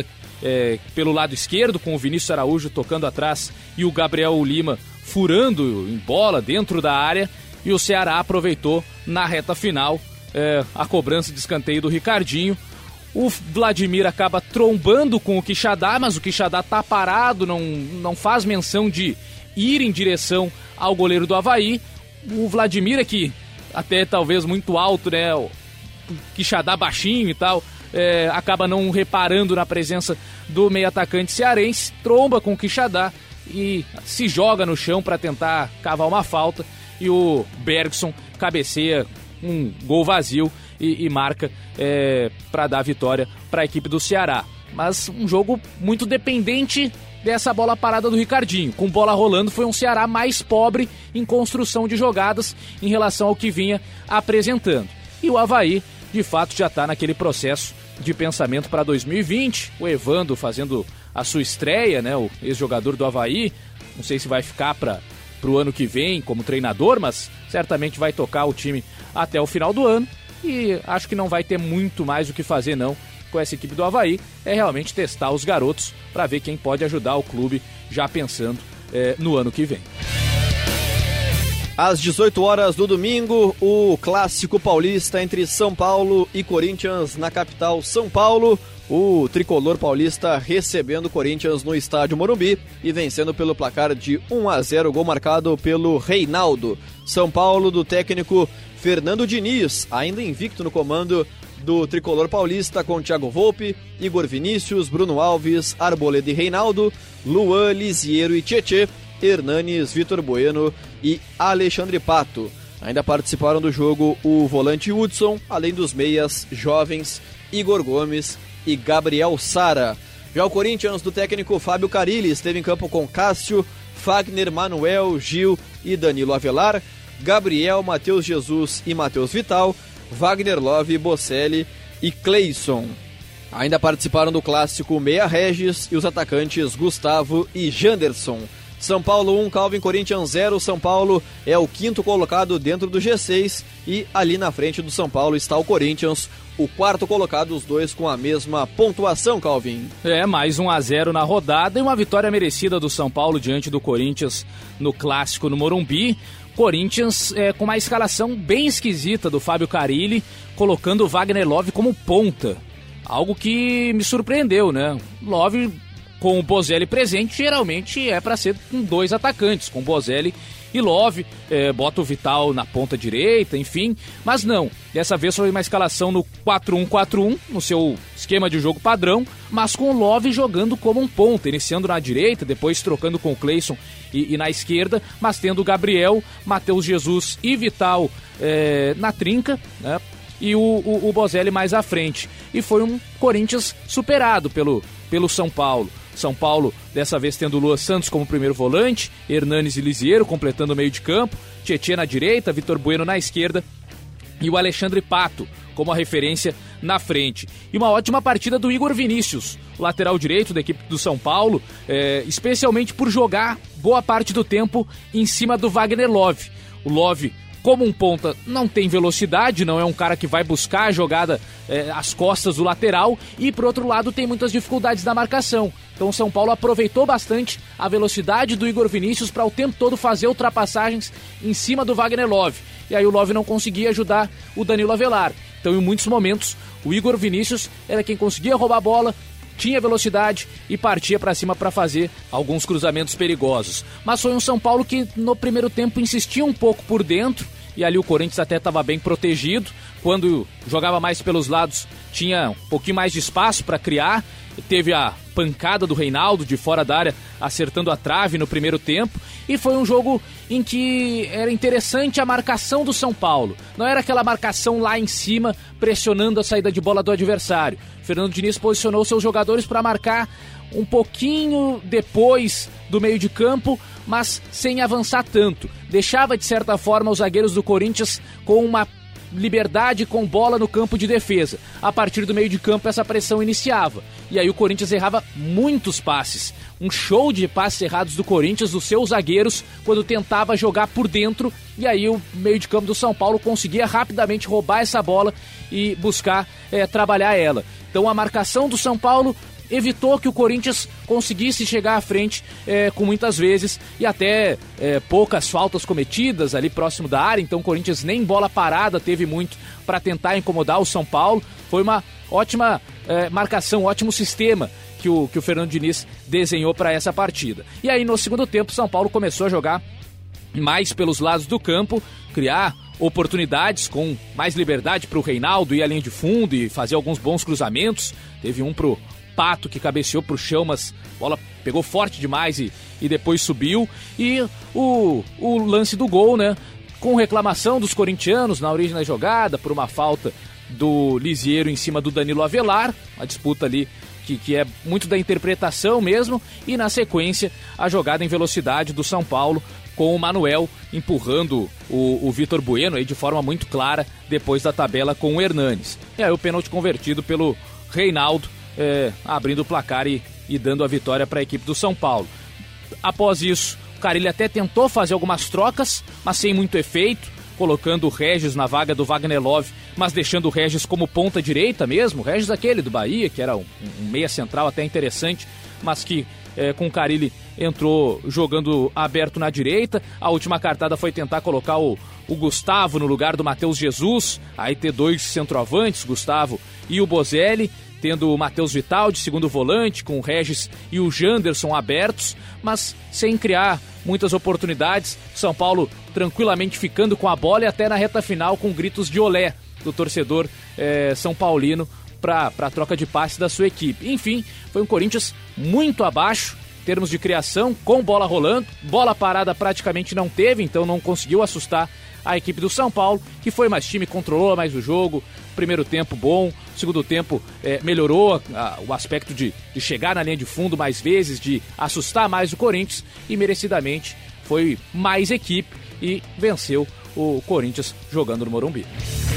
é, pelo lado esquerdo, com o Vinícius Araújo tocando atrás e o Gabriel Lima furando em bola dentro da área, e o Ceará aproveitou na reta final é, a cobrança de escanteio do Ricardinho. O Vladimir acaba trombando com o Quixadá, mas o Quixadá tá parado, não, não faz menção de ir em direção ao goleiro do Avaí. O Vladimir aqui, até talvez muito alto, né, o Quixadá baixinho e tal, é, acaba não reparando na presença do meio atacante cearense, tromba com o Quixadá e se joga no chão para tentar cavar uma falta, e o Bergson cabeceia um gol vazio e, e marca é, para dar a vitória para a equipe do Ceará. Mas um jogo muito dependente dessa bola parada do Ricardinho. Com bola rolando, foi um Ceará mais pobre em construção de jogadas em relação ao que vinha apresentando. E o Avaí, de fato, já está naquele processo de pensamento para dois mil e vinte. O Evando fazendo a sua estreia, né, o ex-jogador do Avaí. Não sei se vai ficar para o ano que vem como treinador, mas certamente vai tocar o time até o final do ano. E acho que não vai ter muito mais o que fazer, não, com essa equipe do Avaí. É realmente testar os garotos para ver quem pode ajudar o clube, já pensando é, no ano que vem. Às dezoito horas do domingo, o clássico paulista entre São Paulo e Corinthians na capital São Paulo. O tricolor paulista recebendo o Corinthians no estádio Morumbi e vencendo pelo placar de um a zero, gol marcado pelo Reinaldo. São Paulo do técnico Fernando Diniz, ainda invicto no comando do tricolor paulista, com Thiago Volpe, Igor Vinícius, Bruno Alves, Arboleda e Reinaldo, Luan, Lisiero e Tietê, Hernanes, Vitor Bueno e Alexandre Pato. Ainda participaram do jogo o volante Hudson, além dos meias jovens Igor Gomes e Gabriel Sara. Já o Corinthians do técnico Fábio Carilli esteve em campo com Cássio, Fagner, Manuel, Gil e Danilo Avelar, Gabriel, Matheus Jesus e Matheus Vital, Wagner Love, Bocelli e Cleison. Ainda participaram do clássico Meia Regis e os atacantes Gustavo e Janderson. São Paulo um, Calvin Corinthians zero. São Paulo é o quinto colocado dentro do G seis e ali na frente do São Paulo está o Corinthians, o quarto colocado, os dois com a mesma pontuação, Calvin. É, mais um a zero na rodada e uma vitória merecida do São Paulo diante do Corinthians no clássico no Morumbi. Corinthians é, com uma escalação bem esquisita do Fábio Carilli, colocando o Wagner Love como ponta. Algo que me surpreendeu, né? Love com o Bozelli presente, geralmente é para ser com dois atacantes, com Bozelli e Love, é, bota o Vital na ponta direita, enfim, mas não, dessa vez foi uma escalação no quatro um quatro um, no seu esquema de jogo padrão, mas com o Love jogando como um ponta, iniciando na direita, depois trocando com o Cleison e, e na esquerda, mas tendo Gabriel, Matheus Jesus e Vital é, na trinca, né? E o, o, o Bozelli mais à frente. E foi um Corinthians superado pelo, pelo São Paulo. São Paulo, dessa vez tendo o Luan Santos como primeiro volante, Hernanes e Lisiero completando o meio de campo, Tietê na direita, Vitor Bueno na esquerda e o Alexandre Pato como a referência na frente. E uma ótima partida do Igor Vinícius, lateral direito da equipe do São Paulo, é, especialmente por jogar boa parte do tempo em cima do Wagner Love. O Love, como um ponta, não tem velocidade, não é um cara que vai buscar a jogada é, às costas do lateral, e por outro lado tem muitas dificuldades na marcação. Então o São Paulo aproveitou bastante a velocidade do Igor Vinícius para o tempo todo fazer ultrapassagens em cima do Wagner Love. E aí o Love não conseguia ajudar o Danilo Avelar. Então em muitos momentos o Igor Vinícius era quem conseguia roubar a bola, tinha velocidade e partia para cima para fazer alguns cruzamentos perigosos. Mas foi um São Paulo que no primeiro tempo insistia um pouco por dentro, e ali o Corinthians até estava bem protegido. Quando jogava mais pelos lados, tinha um pouquinho mais de espaço para criar. Teve a pancada do Reinaldo de fora da área, acertando a trave no primeiro tempo. E foi um jogo em que era interessante a marcação do São Paulo. Não era aquela marcação lá em cima, pressionando a saída de bola do adversário. Fernando Diniz posicionou seus jogadores para marcar um pouquinho depois do meio de campo, mas sem avançar tanto. Deixava, de certa forma, os zagueiros do Corinthians com uma liberdade com bola no campo de defesa. A partir do meio de campo essa pressão iniciava, e aí o Corinthians errava muitos passes. Um show de passes errados do Corinthians, dos seus zagueiros, quando tentava jogar por dentro, e aí o meio de campo do São Paulo conseguia rapidamente roubar essa bola e buscar é, trabalhar ela. Então a marcação do São Paulo evitou que o Corinthians conseguisse chegar à frente é, com muitas vezes e até é, poucas faltas cometidas ali próximo da área, então o Corinthians nem bola parada teve muito para tentar incomodar o São Paulo. Foi uma ótima é, marcação, ótimo sistema que o, que o Fernando Diniz desenhou para essa partida. E aí no segundo tempo o São Paulo começou a jogar mais pelos lados do campo, criar oportunidades com mais liberdade para o Reinaldo ir à linha de fundo e fazer alguns bons cruzamentos. Teve um pro Pato que cabeceou pro chão, mas a bola pegou forte demais e, e depois subiu. E o, o lance do gol, né? Com reclamação dos corintianos na origem da jogada por uma falta do Lisiero em cima do Danilo Avelar, uma disputa ali que, que é muito da interpretação mesmo, e na sequência a jogada em velocidade do São Paulo com o Manuel empurrando o, o Vitor Bueno aí de forma muito clara depois da tabela com o Hernanes. E aí o pênalti convertido pelo Reinaldo, é, abrindo o placar e, e dando a vitória para a equipe do São Paulo. Após isso, o Carille até tentou fazer algumas trocas, mas sem muito efeito, colocando o Regis na vaga do Wagner Love, mas deixando o Regis como ponta direita mesmo, o Regis aquele do Bahia, que era um, um meia central até interessante, mas que é, com o Carille entrou jogando aberto na direita. A última cartada foi tentar colocar o, o Gustavo no lugar do Matheus Jesus, aí ter dois centroavantes, Gustavo e o Bozelli, tendo o Matheus Vital de segundo volante, com o Regis e o Janderson abertos, mas sem criar muitas oportunidades. São Paulo tranquilamente ficando com a bola e até na reta final com gritos de olé do torcedor é, São Paulino para a troca de passe da sua equipe. Enfim, foi um Corinthians muito abaixo em termos de criação, com bola rolando, bola parada praticamente não teve, então não conseguiu assustar a equipe do São Paulo, que foi mais time, controlou mais o jogo. Primeiro tempo bom, segundo tempo é, melhorou a, o aspecto de, de chegar na linha de fundo mais vezes, de assustar mais o Corinthians, e merecidamente foi mais equipe e venceu o Corinthians jogando no Morumbi.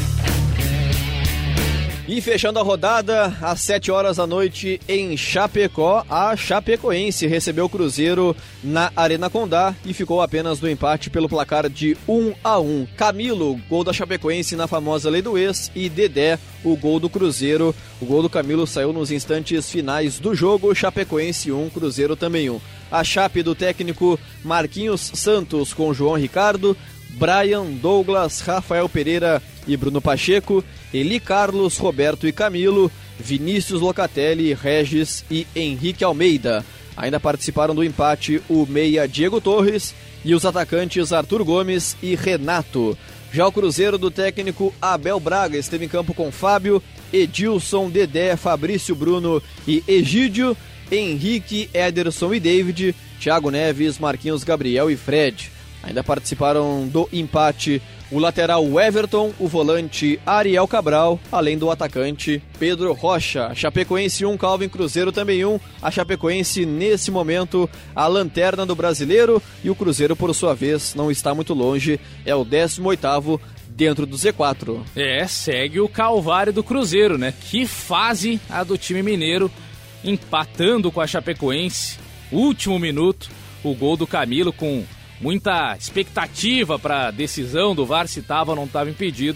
E fechando a rodada, às sete horas da noite em Chapecó, a Chapecoense recebeu o Cruzeiro na Arena Condá e ficou apenas no empate pelo placar de um a um. Camilo, gol da Chapecoense na famosa lei do ex, e Dedé, o gol do Cruzeiro. O gol do Camilo saiu nos instantes finais do jogo. Chapecoense um, Cruzeiro também um. A Chape do técnico Marquinhos Santos com João Ricardo, Brian, Douglas, Rafael Pereira e Bruno Pacheco, Eli Carlos, Roberto e Camilo, Vinícius Locatelli, Regis e Henrique Almeida. Ainda participaram do empate o meia Diego Torres e os atacantes Arthur Gomes e Renato. Já o Cruzeiro do técnico Abel Braga esteve em campo com Fábio, Edilson, Dedé, Fabrício, Bruno e Egídio, Henrique, Ederson e David, Thiago Neves, Marquinhos, Gabriel e Fred. Ainda participaram do empate o lateral Everton, o volante Ariel Cabral, além do atacante Pedro Rocha. Chapecoense um, Calvin, Cruzeiro também um. A Chapecoense, nesse momento, a lanterna do Brasileiro, e o Cruzeiro, por sua vez, não está muito longe, é o décimo oitavo dentro do Z quatro. É, segue o calvário do Cruzeiro, né? Que fase a do time mineiro, empatando com a Chapecoense. Último minuto, o gol do Camilo com muita expectativa para a decisão do V A R se estava ou não estava impedido,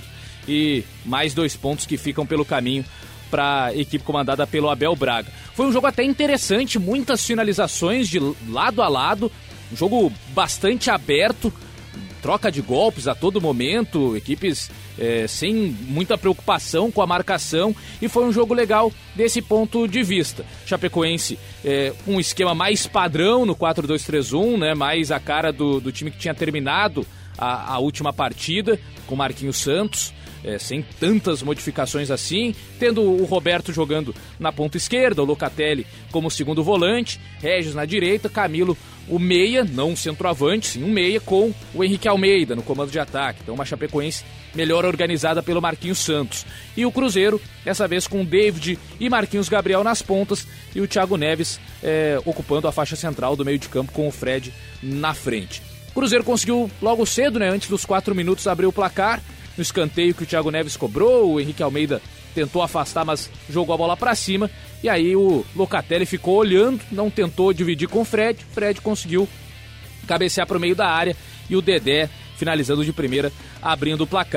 e mais dois pontos que ficam pelo caminho para a equipe comandada pelo Abel Braga. Foi um jogo até interessante, muitas finalizações de lado a lado, um jogo bastante aberto, troca de golpes a todo momento, equipes é, sem muita preocupação com a marcação, e foi um jogo legal desse ponto de vista. Chapecoense, é, um esquema mais padrão no quatro dois três um, né, mais a cara do, do time que tinha terminado a, a última partida, com Marquinhos Santos, é, sem tantas modificações assim, tendo o Roberto jogando na ponta esquerda, o Locatelli como segundo volante, Regis na direita, Camilo o meia, não um centroavante, sim um meia, com o Henrique Almeida no comando de ataque. Então uma Chapecoense melhor organizada pelo Marquinhos Santos. E o Cruzeiro, dessa vez com David e Marquinhos Gabriel nas pontas, e o Thiago Neves é, ocupando a faixa central do meio de campo com o Fred na frente. O Cruzeiro conseguiu logo cedo, né, antes dos quatro minutos, abrir o placar. No escanteio que o Thiago Neves cobrou, o Henrique Almeida tentou afastar, mas jogou a bola para cima. E aí o Locatelli ficou olhando, não tentou dividir com o Fred. Fred conseguiu cabecear para o meio da área, e o Dedé, finalizando de primeira, abrindo o placar.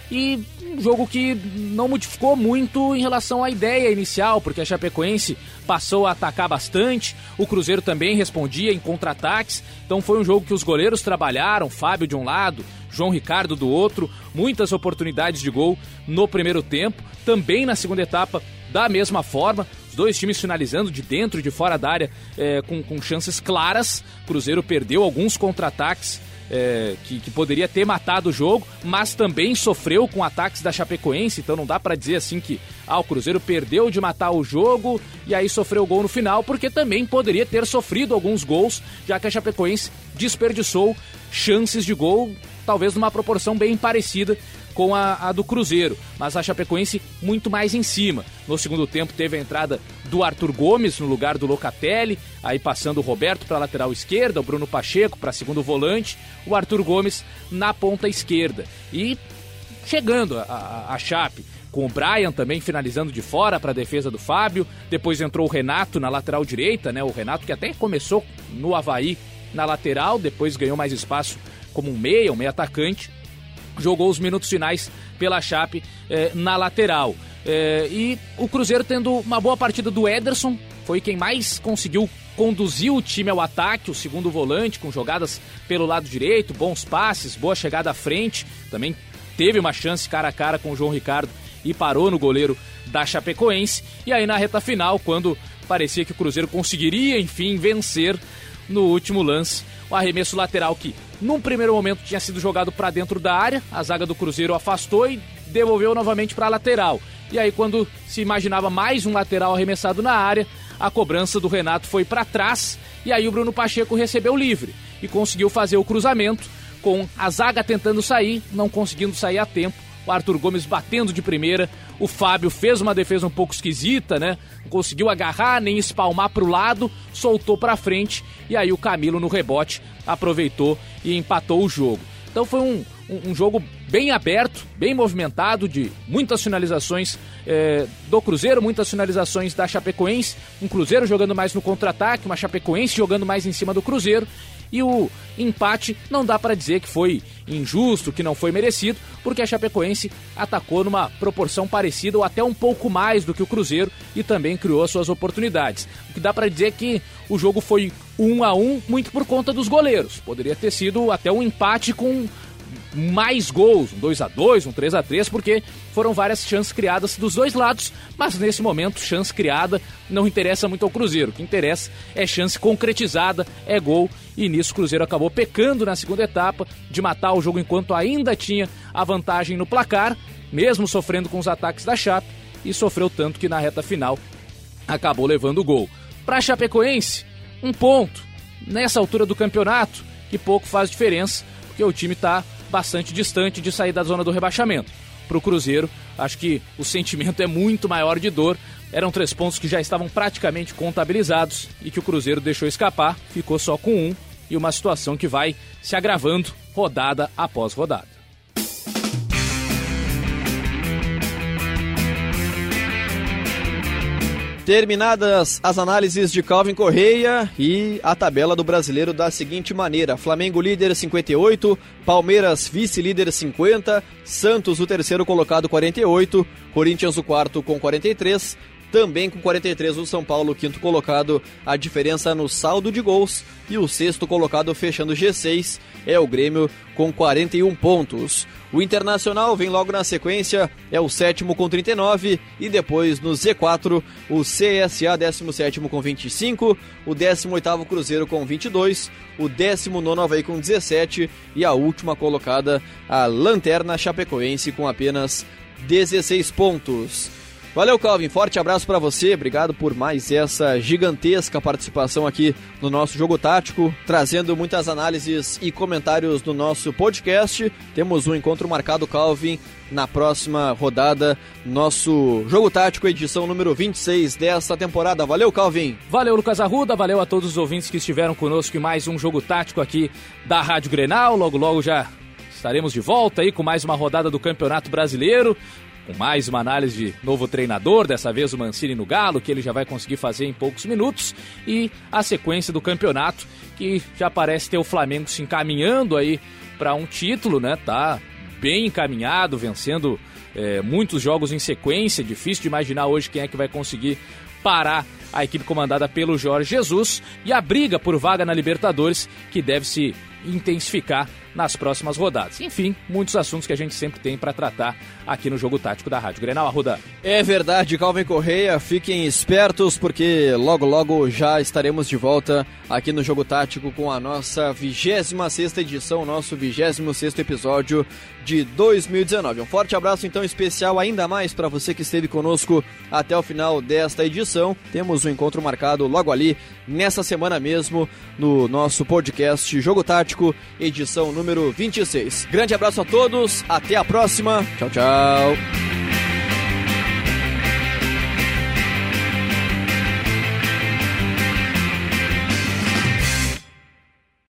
e um jogo que não modificou muito em relação à ideia inicial, porque a Chapecoense passou a atacar bastante, o Cruzeiro também respondia em contra-ataques, então foi um jogo que os goleiros trabalharam, Fábio de um lado, João Ricardo do outro, muitas oportunidades de gol no primeiro tempo, também na segunda etapa da mesma forma, os dois times finalizando de dentro e de fora da área é, com, com chances claras. O Cruzeiro perdeu alguns contra-ataques É, que, que poderia ter matado o jogo, mas também sofreu com ataques da Chapecoense, então não dá pra dizer assim que ah, o Cruzeiro perdeu de matar o jogo e aí sofreu o gol no final, porque também poderia ter sofrido alguns gols, já que a Chapecoense desperdiçou chances de gol, talvez numa proporção bem parecida com a, a do Cruzeiro, mas a Chapecoense muito mais em cima. No segundo tempo teve a entrada do Arthur Gomes no lugar do Locatelli, aí passando o Roberto para a lateral esquerda, o Bruno Pacheco para segundo volante, o Arthur Gomes na ponta esquerda. E chegando a, a, a Chape, com o Brian também finalizando de fora para a defesa do Fábio, depois entrou o Renato na lateral direita, né? O Renato que até começou no Avaí na lateral, depois ganhou mais espaço como um meia, um meia atacante, jogou os minutos finais pela Chape eh, na lateral. Eh, e o Cruzeiro tendo uma boa partida do Ederson, foi quem mais conseguiu conduzir o time ao ataque, o segundo volante, com jogadas pelo lado direito, bons passes, boa chegada à frente, também teve uma chance cara a cara com o João Ricardo e parou no goleiro da Chapecoense. E aí na reta final, quando parecia que o Cruzeiro conseguiria, enfim, vencer no último lance, o arremesso lateral que num primeiro momento tinha sido jogado para dentro da área, a zaga do Cruzeiro afastou e devolveu novamente para a lateral. E aí quando se imaginava mais um lateral arremessado na área, a cobrança do Renato foi para trás e aí o Bruno Pacheco recebeu livre e conseguiu fazer o cruzamento, com a zaga tentando sair, não conseguindo sair a tempo, o Arthur Gomes batendo de primeira, o Fábio fez uma defesa um pouco esquisita, né? Não conseguiu agarrar nem espalmar para o lado, soltou para frente e aí o Camilo no rebote aproveitou e empatou o jogo. Então foi um, um, um jogo bem aberto, bem movimentado, de muitas finalizações é, do Cruzeiro, muitas finalizações da Chapecoense, um Cruzeiro jogando mais no contra-ataque, uma Chapecoense jogando mais em cima do Cruzeiro, e o empate não dá para dizer que foi injusto, que não foi merecido, porque a Chapecoense atacou numa proporção parecida ou até um pouco mais do que o Cruzeiro e também criou suas oportunidades. O que dá para dizer é que o jogo foi um a um muito por conta dos goleiros. Poderia ter sido até um empate com mais gols, um dois a dois, um três a três, porque foram várias chances criadas dos dois lados, mas nesse momento chance criada não interessa muito ao Cruzeiro. O que interessa é chance concretizada, é gol, e nisso o Cruzeiro acabou pecando na segunda etapa de matar o jogo enquanto ainda tinha a vantagem no placar, mesmo sofrendo com os ataques da Chape, e sofreu tanto que na reta final acabou levando o gol. Para a Chapecoense, um ponto nessa altura do campeonato, que pouco faz diferença, porque o time está bastante distante de sair da zona do rebaixamento. Para o Cruzeiro, acho que o sentimento é muito maior de dor. Eram três pontos que já estavam praticamente contabilizados e que o Cruzeiro deixou escapar, ficou só com um, e uma situação que vai se agravando rodada após rodada. Terminadas as análises de Calvin Correia e a tabela do Brasileiro da seguinte maneira: Flamengo líder cinquenta e oito, Palmeiras vice-líder cinquenta, Santos o terceiro colocado quarenta e oito, Corinthians o quarto com quarenta e três, também com quarenta e três o São Paulo quinto colocado, a diferença no saldo de gols, e o sexto colocado fechando o G seis é o Grêmio com quarenta e um pontos. O Internacional vem logo na sequência, é o sétimo com trinta e nove, e depois no Z quatro o C S A décimo sétimo com vinte e cinco, o décimo oitavo Cruzeiro com vinte e dois, o décimo nono Avaí com dezessete e a última colocada, a Lanterna Chapecoense, com apenas dezesseis pontos. Valeu, Calvin, forte abraço para você, obrigado por mais essa gigantesca participação aqui no nosso Jogo Tático, trazendo muitas análises e comentários no nosso podcast. Temos um encontro marcado, Calvin, na próxima rodada, nosso Jogo Tático, edição número vinte e seis dessa temporada. Valeu, Calvin. Valeu, Lucas Arruda, valeu a todos os ouvintes que estiveram conosco em mais um Jogo Tático aqui da Rádio Grenal. Logo, logo já estaremos de volta aí com mais uma rodada do Campeonato Brasileiro, com mais uma análise de novo treinador, dessa vez o Mancini no Galo, que ele já vai conseguir fazer em poucos minutos, e a sequência do campeonato, que já parece ter o Flamengo se encaminhando aí para um título, né? Tá bem encaminhado, vencendo é, muitos jogos em sequência. Difícil de imaginar hoje quem é que vai conseguir parar a equipe comandada pelo Jorge Jesus, e a briga por vaga na Libertadores, que deve se intensificar nas próximas rodadas. Enfim, muitos assuntos que a gente sempre tem para tratar aqui no Jogo Tático da Rádio Grenal. Arruda. É verdade, Calvin Correia, fiquem espertos porque logo logo já estaremos de volta aqui no Jogo Tático com a nossa vigésima sexta edição, nosso vigésimo sexto episódio de dois mil e dezenove. Um forte abraço então especial ainda mais para você que esteve conosco até o final desta edição. Temos um encontro marcado logo ali, nessa semana mesmo, no nosso podcast Jogo Tático, edição número vinte e seis. Grande abraço a todos, até a próxima. Tchau, tchau.